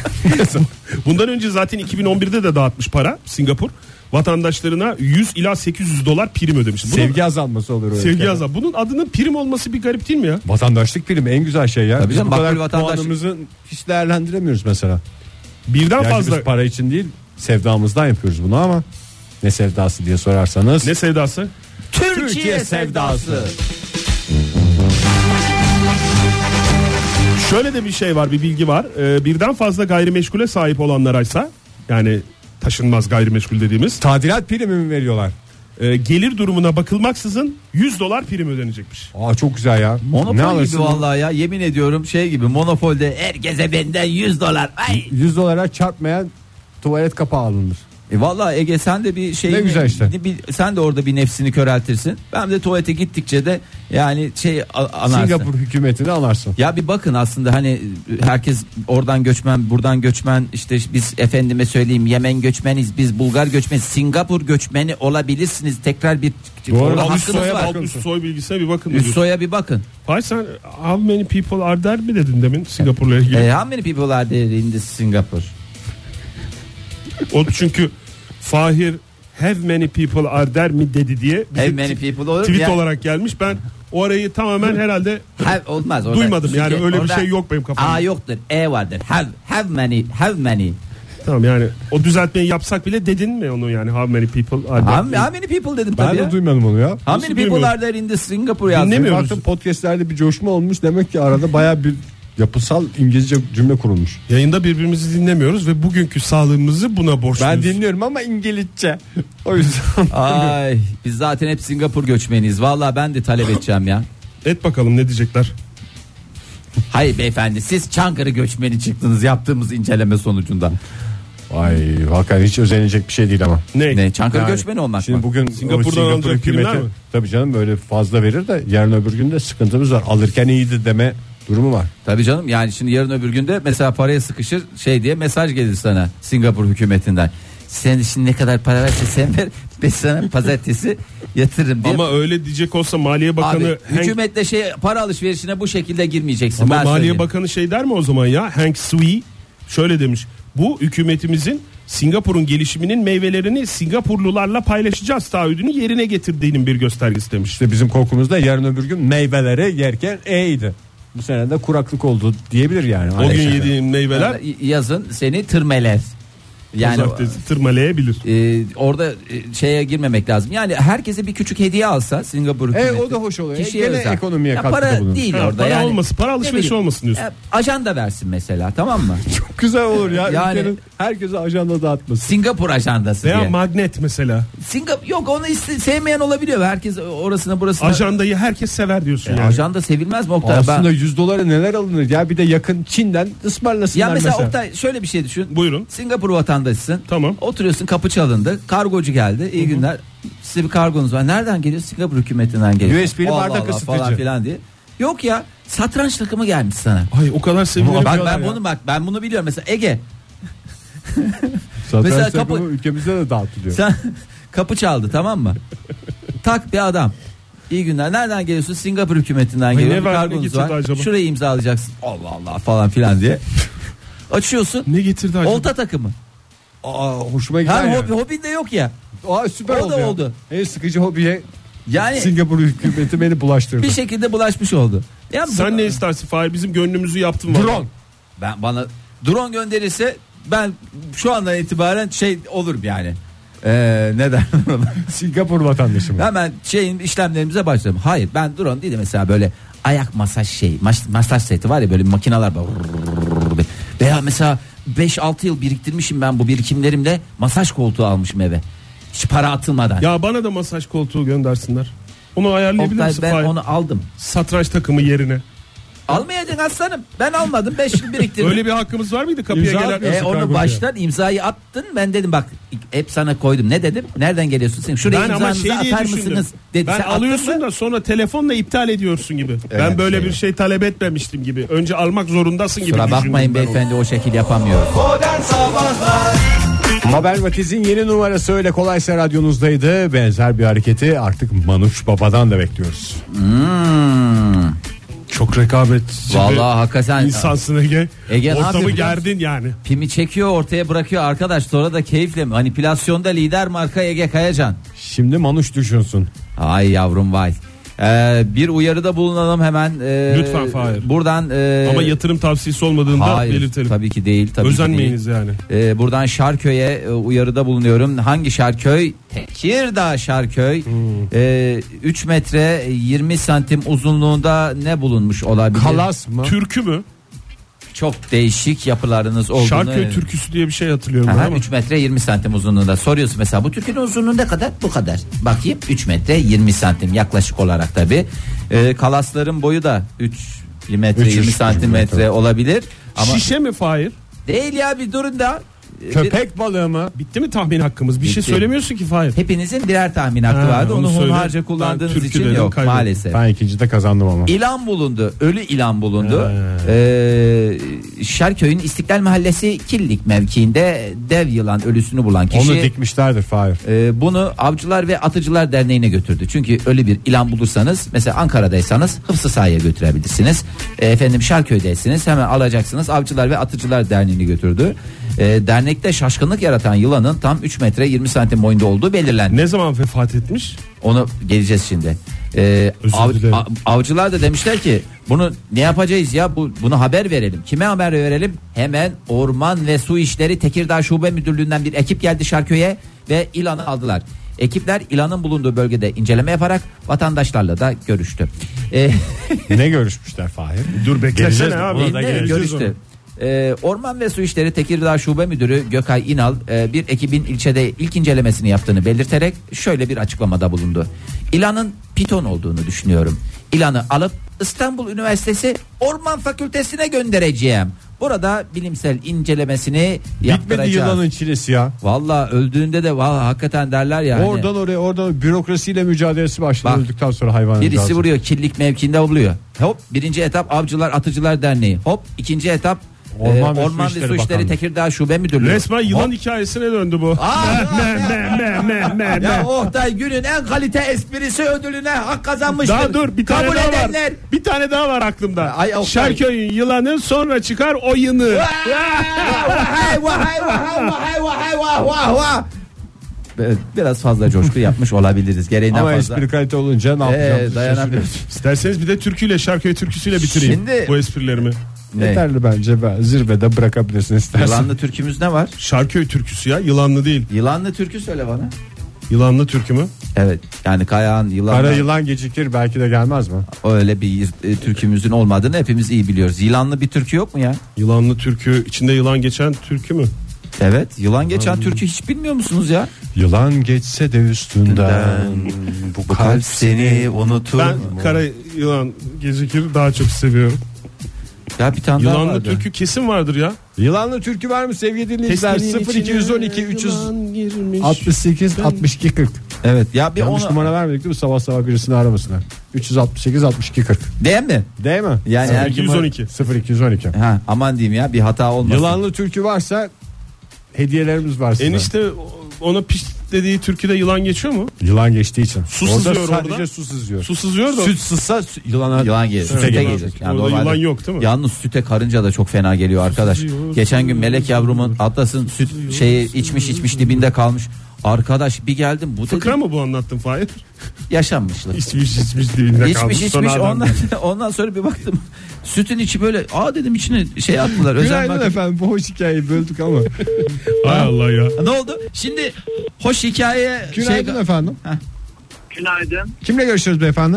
Bundan önce zaten 2011'de de dağıtmış para Singapur. Vatandaşlarına 100 ila 800 dolar prim ödemiş. Bunun, Sevgi azalması olur öyle. sevgi azal. Bunun adının prim olması bir garip değil mi ya? Vatandaşlık primi en güzel şey ya. Tabii Biz canım, bu kadar makbul vatandaş- puanımızı hiç değerlendiremiyoruz mesela. Birden Gerçi fazla. biz para için değil sevdamızdan yapıyoruz bunu ama ne sevdası diye sorarsanız. Ne sevdası? Türkiye sevdası. Şöyle de bir şey var, bir bilgi var. Birden fazla gayrimeşgule sahip olanlaraysa, yani taşınmaz gayrimeşgul dediğimiz, Tadilat primi mi veriyorlar? gelir durumuna bakılmaksızın 100 dolar prim ödenecekmiş. Aa çok güzel ya. Ne Monopol gibi alırsın? vallahi ya, yemin ediyorum şey gibi, Monopol'de herkese benden 100 dolar. Ay. 100 dolara çarpmayan tuvalet kapağı alınır. Vallahi Ege sen de bir şey Ne güzel işte. sen de orada bir nefsini köreltirsin. Ben de tuvalete gittikçe de yani anarsın. Singapur hükümetini alarsın. Ya bir bakın aslında hani herkes oradan göçmen buradan göçmen, işte biz efendime söyleyeyim Yemen göçmeniz, biz Bulgar göçmeniz, Singapur göçmeni olabilirsiniz, tekrar bir Doğru. orada Alt hakkınız soya var. bakın. Üst soy bilgisine bir bakın. Üst soya bir bakın. Hayır, sen how many people are there mi dedin demin Singapur'la ilgili? How many people are there in this Singapore? O çünkü Fahir have many people are there mi dedi diye bize How many people olur? tweet Ya- olarak gelmiş. Ben o arayı tamamen herhalde Olmaz. Orada. duymadım. Yani Çünkü öyle bir orada şey yok benim kafamda. A yoktur. E vardır. Have many. Tamam, yani o düzeltmeyi yapsak bile dedin mi onu, yani how many people are there? How many people dedim Ben tabii de ya. duymadım onu ya. How many people duymuyorum? are there in the Singapore yazdım. Dinlemiyoruz. Baktım podcastlerde bir coşma olmuş. Demek ki arada baya bir yapısal İngilizce cümle kurulmuş. Yayında birbirimizi dinlemiyoruz ve bugünkü sağlığımızı buna borçluyuz. Ben dinliyorum ama İngilizce. O yüzden. Ay biz zaten hep Singapur göçmeniyiz. Vallahi ben de talep edeceğim ya. Et bakalım ne diyecekler. Hayır beyefendi siz Çankırı göçmeni çıktınız yaptığımız inceleme sonucunda. Ay hakikaten hiç özenilecek bir şey değil ama. Ne Çankırı Yani göçmeni olmak şimdi mı? bugün Singapur'dan Singapur alacak hükümeti primler mi? tabii canım böyle fazla verir de yarın öbür gün de sıkıntımız var. Alırken iyiydi deme durumu var. Tabii canım yani şimdi yarın öbür günde mesela paraya sıkışır şey diye mesaj gelir sana Singapur hükümetinden. Sen şimdi ne kadar para verse sen ver ben sana pazartesi yatırırım diye. Ama öyle diyecek olsa Maliye Bakanı Abi, hükümetle para alışverişine bu şekilde girmeyeceksin. Ama Ben Maliye söyleyeyim. Bakanı şey der mi o zaman ya? Hank Swee şöyle demiş. Bu hükümetimizin Singapur'un gelişiminin meyvelerini Singapurlularla paylaşacağız taahhüdünü yerine getirdiğinin bir göstergesi demiş. İşte bizim korkumuz da yarın öbür gün meyveleri yerken iyiydi. Bu sene de kuraklık oldu diyebilir yani. O gün yediğim meyveler Yani yazın seni tırmeler. Yani pazartesi tırmalayabilir. orada şeye girmemek lazım. Yani herkese bir küçük hediye alsa Singapur hükümeti. O da hoş oluyor. Kişiye Gene özel. ekonomiye Ya katkıda para bulunur. değil Ha, orada para yani. olmasın, para Ne alışverişi bileyim, olmasın diyorsun. Ajanda versin mesela tamam mı? Çok güzel olur ya. Yani- Ülkenin herkese ajanda dağıtması. Singapur ajandası Veya diye. magnet mesela. Yok onu sevmeyen olabiliyor. Herkes orasına burasına. Ajandayı herkes sever diyorsun yani. Ajanda sevilmez mi Oktay? Aslında 100 dolara neler alınır ya, bir de yakın Çin'den ısmarlasınlar Ya mesela mesela. Oktay şöyle bir şey düşün. Buyurun. Singapur vatandaşısın. Tamam. Oturuyorsun kapı çalındı. Kargocu geldi. İyi günler. Size bir kargonuz var. Nereden geliyor? Singapur hükümetinden geliyor. USB'li Allah bardak Allah ısıtıcı. falan filan diye. Yok ya satranç takımı gelmiş sana. Ay o kadar sevinirim. Ben bunu biliyorum mesela Ege. Satranç mesela takımı kapı- ülkemizde de dağıtılıyor. Sen kapı çaldı tamam mı? Tak bir adam. İyi günler. Nereden geliyorsun? Singapur hükümetinden geliyor. ne Bir var, ne kargonuz getirdi var. acaba? Şurayı imzalayacaksın. Allah Allah falan filan diye. Açıyorsun. Ne getirdi acaba? Olta takımı. Aa, hoşuma gider Hem ya. hobinde yok ya. Aa, süper O oldu da ya. oldu. En sıkıcı hobiye Yani Singapur hükümeti beni bulaştırdı. bir şekilde bulaşmış oldu. Ya Sen ne istersin Fahir? Bizim gönlümüzü yaptın. vallahi. Drone. Ben bana drone gönderirse ben şu andan itibaren şey olurum yani. Ne derler ona? Singapur vatandaşı mı? Hemen işlemlerimize başlarım. Hayır ben drone değil de mesela böyle ayak masaj masaj seti var ya böyle makineler var. Veya mesela 5-6 yıl biriktirmişim ben bu birikimlerimle masaj koltuğu almışım eve. Hiç para atılmadan. Ya bana da masaj koltuğu göndersinler. Onu ayarlayabilir Oktay, misin ben Fahir? onu aldım. Satranç takımı yerine. Almayacaksın aslanım. Ben almadım 5 yıl biriktirdim. Öyle bir hakkımız var mıydı kapıya İmza gelen? atmıyorsun. Onu kargocuya. baştan imzayı attın ben dedim bak hep sana koydum ne dedim nereden geliyorsun sen şuraya Ben ama imzanızı şey diye atar düşündüm. mısınız dedi. Ben Sen attın alıyorsun mı? da sonra telefonla iptal ediyorsun gibi. Evet, ben böyle şey bir şey talep etmemiştim gibi. Önce almak zorundasın gibi Kusura düşündüm bakmayın ben onu. beyefendi o şekil yapamıyoruz. Mabel Matiz'in yeni numarası öyle kolaysa radyonuzdaydı. Benzer bir hareketi artık Manuş Baba'dan da bekliyoruz. Çok rekabetçi Vallahi hakikaten insansın Ege. Ege ne Ortamı yapıyor biliyor gerdin yani. pimi çekiyor ortaya bırakıyor arkadaş sonra da keyifle manipülasyonda lider marka Ege Kayacan. Şimdi Manuş düşünsün. Ay yavrum vay. Bir uyarıda bulunalım hemen. Lütfen Fahir. Buradan. Ama yatırım tavsiyesi olmadığında Hayır belirtelim. tabii ki değil. Tabii Özenmeyiniz ki değil. yani. Buradan Şarköy'e uyarıda bulunuyorum. Hangi Şarköy? Tekirdağ Şarköy. 3 metre 20 santim uzunluğunda ne bulunmuş olabilir? Kalas mı? Türkü mü? Çok değişik yapılarınız olduğunu. Şarköy türküsü diye bir şey hatırlıyorum ben Aha, ama. 3 metre 20 santim uzunluğunda soruyorsun mesela bu türkünün uzunluğu ne kadar bu kadar bakayım 3 metre 20 santim yaklaşık olarak tabi kalasların boyu da 3 metre 20 santimetre olabilir ama Şişe mi Fahir? değil ya bir durun da Köpek balığı mı? Bitti mi tahmin hakkımız? Bir şey Bitti. söylemiyorsun ki Fahir. hepinizin birer tahmin hakkı Ha, vardı onu onu söyle. hunharca Ben kullandığınız türkü için dedim, yok kaybettim. maalesef. Ben ikincide kazandım ama. İlan bulundu. Ölü ilan bulundu. Şarköy'ün İstiklal Mahallesi Killik mevkiinde dev yılan ölüsünü bulan kişi Onu dikmişlerdir Fahir. bunu Avcılar ve Atıcılar Derneği'ne götürdü. Çünkü öyle bir ilan bulursanız mesela Ankara'daysanız Hıfzı Saha'ya götürebilirsiniz. Efendim Şarköy'deyseniz hemen alacaksınız. Avcılar ve Atıcılar Derneği'ni götürdü. Dernekte şaşkınlık yaratan yılanın tam 3 metre 20 santim boyunda olduğu belirlendi. Ne zaman vefat etmiş? Onu geleceğiz şimdi. Özür dilerim. Avcılar da demişler ki bunu ne yapacağız ya bunu haber verelim. Kime haber verelim? Hemen Orman ve Su İşleri Tekirdağ Şube Müdürlüğü'nden bir ekip geldi Şarköy'e ve ilanı aldılar. Ekipler ilanın bulunduğu bölgede inceleme yaparak vatandaşlarla da görüştü. Ne görüşmüşler Fahir? Dur beklesene abi. Ona da geleceğiz Görüştü. Orman ve Su İşleri Tekirdağ Şube Müdürü Gökay İnal bir ekibin ilçede ilk incelemesini yaptığını belirterek şöyle bir açıklamada bulundu. İlanın piton olduğunu düşünüyorum. İlanı alıp İstanbul Üniversitesi Orman Fakültesine göndereceğim. Burada bilimsel incelemesini yaptıracağız. Bitmedi yılanın çilesi ya. Valla öldüğünde de valla hakikaten derler ya. Yani. Oradan oraya, oradan bürokrasiyle mücadelesi başladı. Bak, öldükten sonra hayvan. Birisi vuruyor, kirlilik mevkinde oluyor. Hop, birinci etap Avcılar Atıcılar Derneği. Hop, ikinci etap Orman ve Su İşleri Tekirdağ Şube Müdürlüğü. Resmen yılan Hop. hikayesine döndü bu. Ya Oktay günün en kalite esprisi ödülüne hak kazanmıştır. Daha dur, bir tane Kabul daha edenler. var. Bir tane daha var aklımda. Ay, Oktay. Şarköy'ün yılanı sonra çıkar oyunu. Biraz fazla coşku yapmış olabiliriz. Gereğinden Ama fazla. espri kalite olunca ne yapacağımızı Dayanamıyoruz. İsterseniz bir de türküyle, Şarköy türküsüyle bitireyim Şimdi- bu esprilerimi. Ne? yeterli bence. Zirvede bırakabilirsin istersen. Yılanlı türkümüz ne var? Şarköy türküsü ya, yılanlı değil. Yılanlı türkü söyle bana. Yılanlı türkü mü? Evet, yani Kayağan yılan. Kara yılan gecikir belki de gelmez mi? Öyle bir türkümüzün olmadığını hepimiz iyi biliyoruz. Yılanlı bir türkü yok mu ya? Yılanlı türkü, içinde yılan geçen türkü mü? Evet, yılan geçen türkü hiç bilmiyor musunuz ya? Yılan geçse de üstünden bu kalp seni unutur. Ben kara yılan gecikir daha çok seviyorum. Ya bir tane daha Yılanlı vardı. türkü kesin vardır ya. Yılanlı türkü var mı sevgili dinleyiciler? Testinin 0212 içine girmiş. 368 62 40. Evet, ya bir Yanlış onu numara vermedik değil mi? Sabah sabah birisini aramasınlar. 368 62 40. değil mi? Değil mi? Yani her gün 212. 0212. ha, aman diyeyim ya bir hata olmasın. Yılanlı türkü varsa hediyelerimiz var size. Enişte ona piş dediği türküde yılan geçiyor mu? Yılan geçtiği için. Su sızıyor sadece orada. su sızıyor. Su sızıyor da. Süt sızsa yılana Yılan gelir. süte Süte gelir. gelir. Yani Orada normalde- yılan yok değil mi? Yalnız süte karınca da çok fena geliyor arkadaş. Sızıyor, Geçen gün Melek yavrumun Atlas'ın süt şeyi içmiş dibinde kalmış. Arkadaş bir geldim bu Fıkra dedim, mı bu anlattın Fahir? yaşanmışlık. İçmiş dibinde kalmış. İçmiş Sonra adam- ondan sonra bir baktım. Sütün içi böyle dedim içine şey attılar. Özel Günaydın bakım. efendim. Bu hoş hikayeyi böldük ama. Hay Allah ya. Ne oldu? Şimdi hoş hikayeye Günaydın efendim. Günaydın. Kimle görüşüyoruz beyefendi?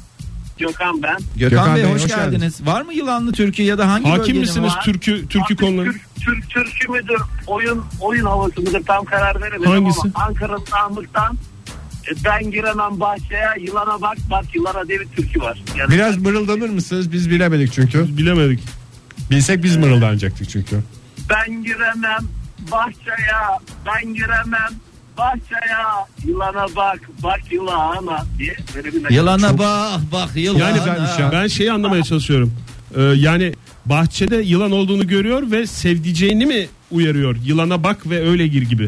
Gökhan ben. Gökhan Bey hoş hoş geldiniz. Var mı yılanlı türkü ya da hangi Hakim bölgenin misiniz var? türkü konuları? Türkü müdür? Oyun havası mıdır? Tam karar veremedim Hangisi? ama Ankara'nın Namık'tan ben giremem bahçeye, yılana bak yılana diye bir türkü var. Yani Biraz mırıldanır mısınız? Biz bilemedik çünkü. Bilemedik. Bilsek biz mırıldanacaktık çünkü. ben giremem bahçeye, ben giremem bahçeye, yılana bak yılana diye. Böyle bir Yılana bak yılana. Yani ben şeyi anlamaya çalışıyorum. Yani bahçede yılan olduğunu görüyor ve sevdiceğini mi uyarıyor? Yılana bak ve öyle gir gibi.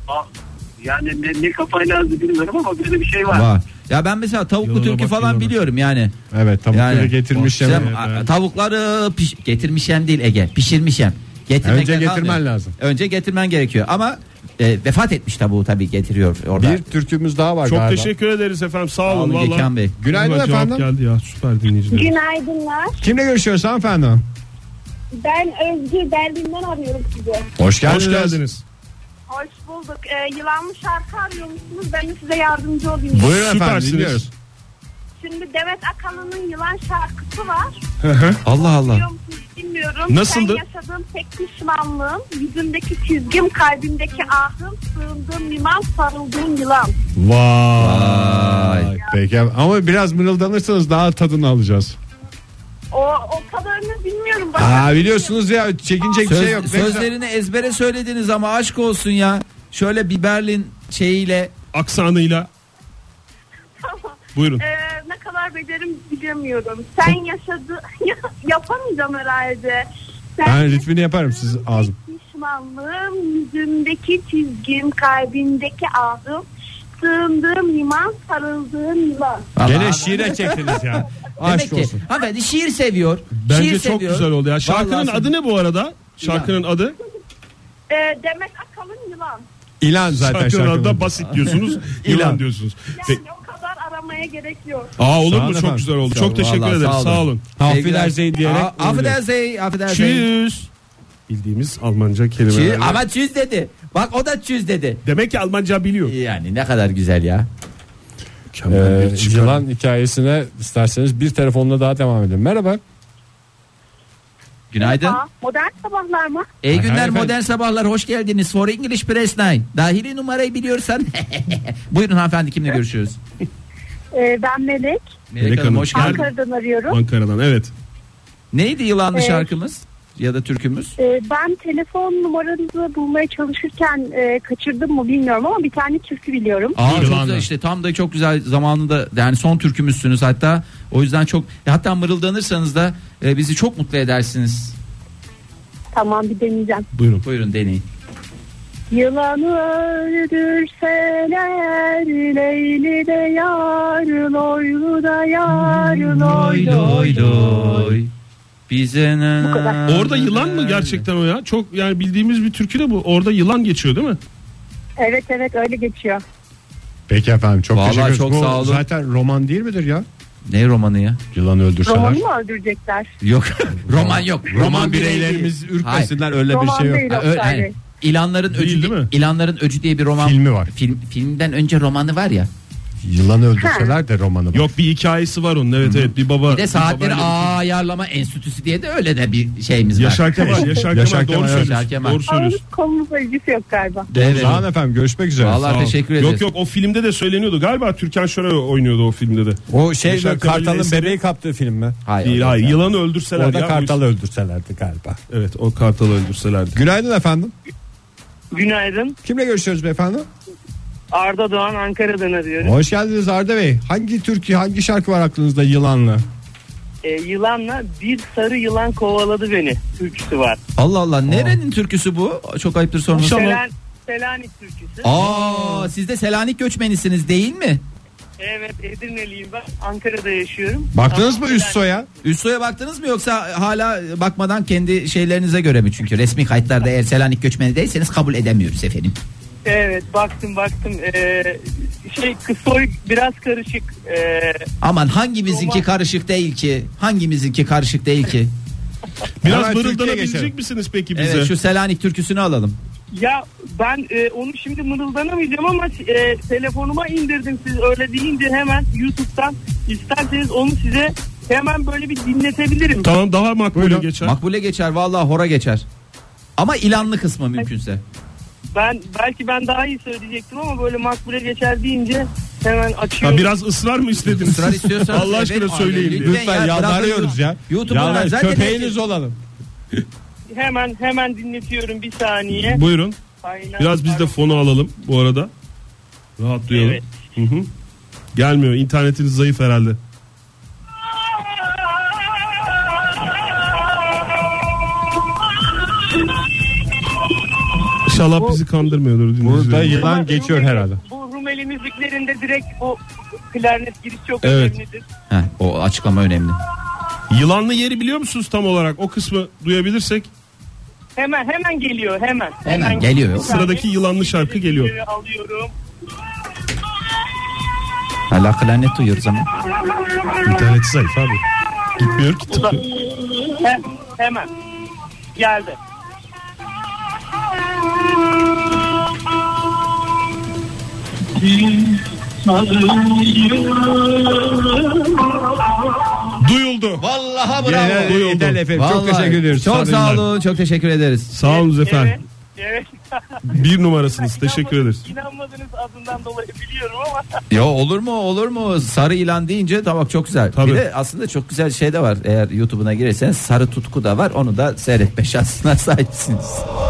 Yani ne kafayla yazdı bilmiyorum ama böyle bir şey var. Var. Ya ben mesela tavuklu Yılana türkü bak, falan yılana. biliyorum yani. Evet tavukları Yani getirmişim. tavukları getirmişem değil Ege, pişirmişem. Önce getirmen lazım. Önce getirmen gerekiyor ama vefat etmiş tavuğu tabii getiriyor orada. Bir türkümüz daha var Çok galiba. teşekkür ederiz efendim. Sağ Sağ olun olun valla. Gökhan Bey. Günaydın Cevap efendim. geldi ya, süper dinleyiciler. Günaydınlar. Kimle görüşüyoruz hanımefendi? Ben Özgür Berlin'den arıyorum sizi. Hoş geldiniz. Hoş geldiniz. Hoş bulduk. Yılanlı şarkı arıyormuşsunuz. Ben de size yardımcı olayım. Buyurun efendim Süpersiniz. dinliyoruz. Şimdi Demet Akalın'ın Yılan şarkısı var. Allah Allah. Biliyor musunuz bilmiyorum. Nasıldı? Ben yaşadığım tek pişmanlığım, yüzümdeki çizgim, kalbimdeki ahım, sığındığım liman, sarıldığım yılan. Vay. Peki ama biraz mırıldanırsanız daha tadını alacağız. O kadarını bilmiyorum. Biliyorsunuz ya çekinecek bir şey yok. Ne güzel. Sözlerini ezbere söylediniz ama aşk olsun ya. Şöyle bir Berlin şeyiyle Aksanıyla. Buyurun. Ne kadar becerim bilemiyorum. Sen yaşadı yapamayacağım herhalde. Ben ritmini yaparım siz ağzım. Pişmanlığım, yüzümdeki çizgim, kalbimdeki ahım, sığındığım liman, sarıldığım yılan. Gene şiire çektiniz ya. demek Aşk ki olsun. hanımefendi şiir seviyor. Bence şiir çok seviyor. güzel oldu ya. Şarkının Vallahi adı ne bu arada? Şarkının adı? Demet Akalın yılan. İlan zaten Şarkının adı şarkının. da basit diyorsunuz. İlan diyorsunuz. Yani o kadar aramaya gerek yok. Olur Sağ mu? olun Çok efendim. güzel oldu. Çok- Çok teşekkür vallahi ederiz. sağ olun. Sağ olun. Afedersey diyerek. Afedersey. Tschüss. Bildiğimiz Almanca kelime. Ama çüz dedi. Bak o da çüz dedi. Demek ki Almanca biliyor. Yani ne kadar güzel ya. Yılan hikayesine isterseniz bir telefonla daha devam edelim. Merhaba. Günaydın. Merhaba, modern sabahlar mı? İyi günler, efendim. modern sabahlar, hoş geldiniz. For English Press 9. Dahili numarayı biliyorsan. Buyurun hanımefendi, kimle görüşüyoruz? Ben Melek. Melek Hanım, hoş geldiniz. Ankara'dan arıyorum. Ankara'dan, evet. Neydi yılanlı şarkımız ya da türkümüz? Ben telefon numaranızı bulmaya çalışırken kaçırdım mı bilmiyorum ama bir tane türkü biliyorum. Aa, çok Yılanlı. güzel, işte tam da çok güzel zamanında, yani son türkümüzsünüz hatta. O yüzden çok, hatta mırıldanırsanız da bizi çok mutlu edersiniz. Tamam, bir deneyeceğim. Buyurun. Buyurun, deneyin. Yılanı öldürseler, Leyli de yar, Loylu da yar, loy loy loy. Bize ne? Bu kadar. Orada yılan mı gerçekten o ya? Çok yani bildiğimiz bir türkü de bu. Orada yılan geçiyor değil mi? Evet öyle geçiyor. Peki efendim, çok Vallahi teşekkür ederiz. çok Bu sağ olun. Zaten roman değil midir ya? Ne romanı ya? Yılanı öldürseler. Romanı mı öldürecekler? Yok. Roman yok. Roman birey bireylerimiz değil. ürkmesinler, öyle bir Roman şey yok. değil. Ha, yani İlanların Değil, Öcü, değil mi? İlanların Öcü diye bir roman. Filmi var. Filmden önce romanı var ya. Yılanı öldürseler de romanı var. Yok, bir hikayesi var onun. Evet bir baba. Bir de Saatleri babayla- Ayarlama Enstitüsü diye de öyle de bir şeyimiz var. Yaşar Kemal. Yaşar Yaşar Kemal, doğru Kemal, söylüyorsun. Yaşar Kemal. Doğru Ama söylüyorsun. konumuzla ilgisi yok galiba. Evet. Sağ olun efendim, görüşmek üzere. Vallahi Sağ olun. teşekkür ederiz. Yok o filmde de söyleniyordu. Galiba Türkan Şoray oynuyordu o filmde de. O şey Yaşar mi, Kemal'in Kartal'ın eseri- bebeği kaptığı film mi? Hayır. Değil, hayır. Yılanı öldürseler Orada ya. Kartal'ı öldürselerdi galiba. Evet, o Kartal'ı öldürselerdi. Günaydın efendim. Günaydın. Kimle görüşüyoruz beyefendi? Arda Doğan, Ankara'dan arıyorum. Hoş geldiniz Arda Bey. Hangi türkü, hangi şarkı var aklınızda yılanlı? Yılanla bir sarı yılan kovaladı beni türküsü var. Allah Allah, nerenin türküsü bu? Çok ayıptır sorması. Selanik türküsü. Siz de Selanik göçmenisiniz değil mi? Evet, Edirneliyim ben. Ankara'da yaşıyorum. Baktınız mı Ama Üssoy'a? Üssoy'a baktınız mı, yoksa hala bakmadan kendi şeylerinize göre mi? Çünkü resmi kayıtlarda eğer Selanik göçmeni değilseniz kabul edemiyoruz efendim. Evet, baktım. Kısoy biraz karışık. Aman hangimizinki karışık değil ki? Hangimizinki karışık değil ki? Biraz Hemen Türkiye'ye mırıldanabilecek geçelim. misiniz peki bize? Evet, şu Selanik türküsünü alalım. Ya ben onu şimdi mırıldanamayacağım ama telefonuma indirdim siz öyle deyince hemen YouTube'dan. İsterseniz onu size hemen böyle bir dinletebilirim. Tamam, daha makbule Buyurun. geçer. Makbule geçer, vallahi hora geçer. Ama ilanlı kısmı mümkünse. Belki ben daha iyi söyleyecektim ama böyle makbule geçer deyince hemen açıyorum. Biraz ısrar mı istediniz? Israr istiyorsanız Allah aşkına evet, söyleyin diye. lütfen Lütfen ya, yalvarıyoruz ya. YouTube'a zaten Köpeğiniz olalım. Hemen dinletiyorum, bir saniye. Buyurun. Aynen. Biraz biz de fonu alalım bu arada. Rahat duyalım. Evet. Hı. Gelmiyor. İnternetiniz zayıf herhalde. İnşallah bizi kandırmıyordur. Burada dinleyicilerimiz. yılan geçiyor herhalde. Bu Rumeli müziklerinde direkt bu klarnet giriş çok Evet. önemlidir. O açıklama önemli. Yılanlı yeri biliyor musunuz tam olarak? O kısmı duyabilirsek. Hemen geliyor hemen. Hemen geliyor. Sıradaki yılanlı şarkı geliyor. Alıyorum. Hala klarnet duyuyoruz ama. İnterneti zayıf abi. Gitmiyor ki. Bu da hemen geldi. Duyuldu. Vallahi Genel Duyuldu. yeterli efendim. Çok Vallahi teşekkür ediyoruz. Çok sağ Sabrınlar. olun. Çok teşekkür ederiz. Sağ olun efendim. Evet. Bir numarasınız. Teşekkür ederiz. İnanmadığınız adından dolayı biliyorum ama. Yo, olur mu? Sarı ilan deyince tamam, çok güzel. Tabii. Bir de aslında çok güzel şey de var. Eğer YouTube'una girerseniz Sarı Tutku da var. Onu da seyretme şansına sahipsiniz.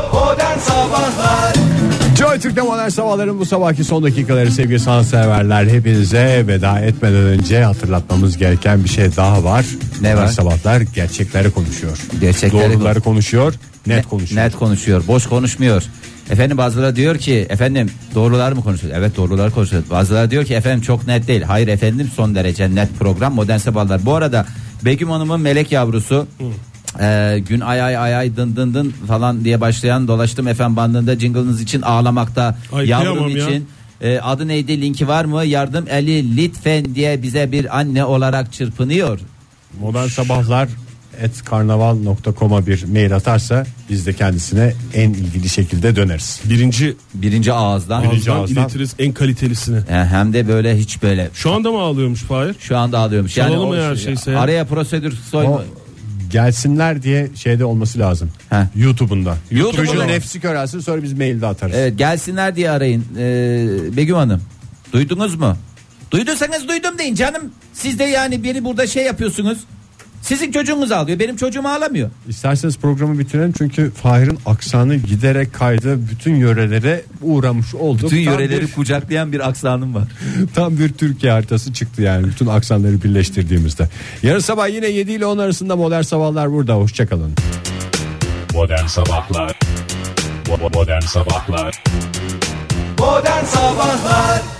Joy Türk'te modern sabahların bu sabahki son dakikaları sevgili sanatseverler, hepinize veda etmeden önce hatırlatmamız gereken bir şey daha var. Ne Modern var? Sabahlar gerçekleri konuşuyor. Gerçekleri Doğruları konuşuyor, net konuşuyor. Net konuşuyor. Boş konuşmuyor. Efendim bazıları diyor ki efendim doğrular mı konuşuyor? Evet, doğrular konuşuyor. Bazıları diyor ki efendim çok net değil. Hayır efendim, son derece net program Modern Sabahlar. Bu arada Begüm Hanım'ın melek yavrusu gün ay dın dın dın falan diye başlayan dolaştım efendim bandında jingle'ınız için ağlamakta, Ay, yavrum kıyamam ya. için. Adı neydi, linki var mı? Yardım eli lütfen diye bize bir anne olarak çırpınıyor. Modern Sabahlar @karnaval.com'a bir mail atarsa biz de kendisine en ilgili şekilde döneriz. Birinci ağızdan. İletiriz en kalitelisini. Hem de böyle hiç böyle. Şu anda mı ağlıyormuş Fahir? Şu anda ağlıyormuş. Çalalım mı eğer şeyse ya? Araya prosedür soyma. O gelsinler diye şeyde olması lazım. YouTube'unda. Çocuğun nefsi körelsin, sonra biz mailde atarız. Evet, gelsinler diye arayın. Begüm Hanım, duydunuz mu? Duyduysanız duydum deyin canım. Siz de yani beni burada şey yapıyorsunuz. Sizin çocuğunuz ağlıyor, benim çocuğum ağlamıyor. İsterseniz programı bitirelim çünkü Fahir'in aksanı giderek kaydı, bütün yörelere uğramış oldu. Bütün yöreleri kucaklayan bir aksanım var. Tam bir Türkiye haritası çıktı yani bütün aksanları birleştirdiğimizde. Yarın sabah yine 7 ile 10 arasında Modern Sabahlar burada. Hoşçakalın. Modern Sabahlar. Modern Sabahlar. Modern Sabahlar.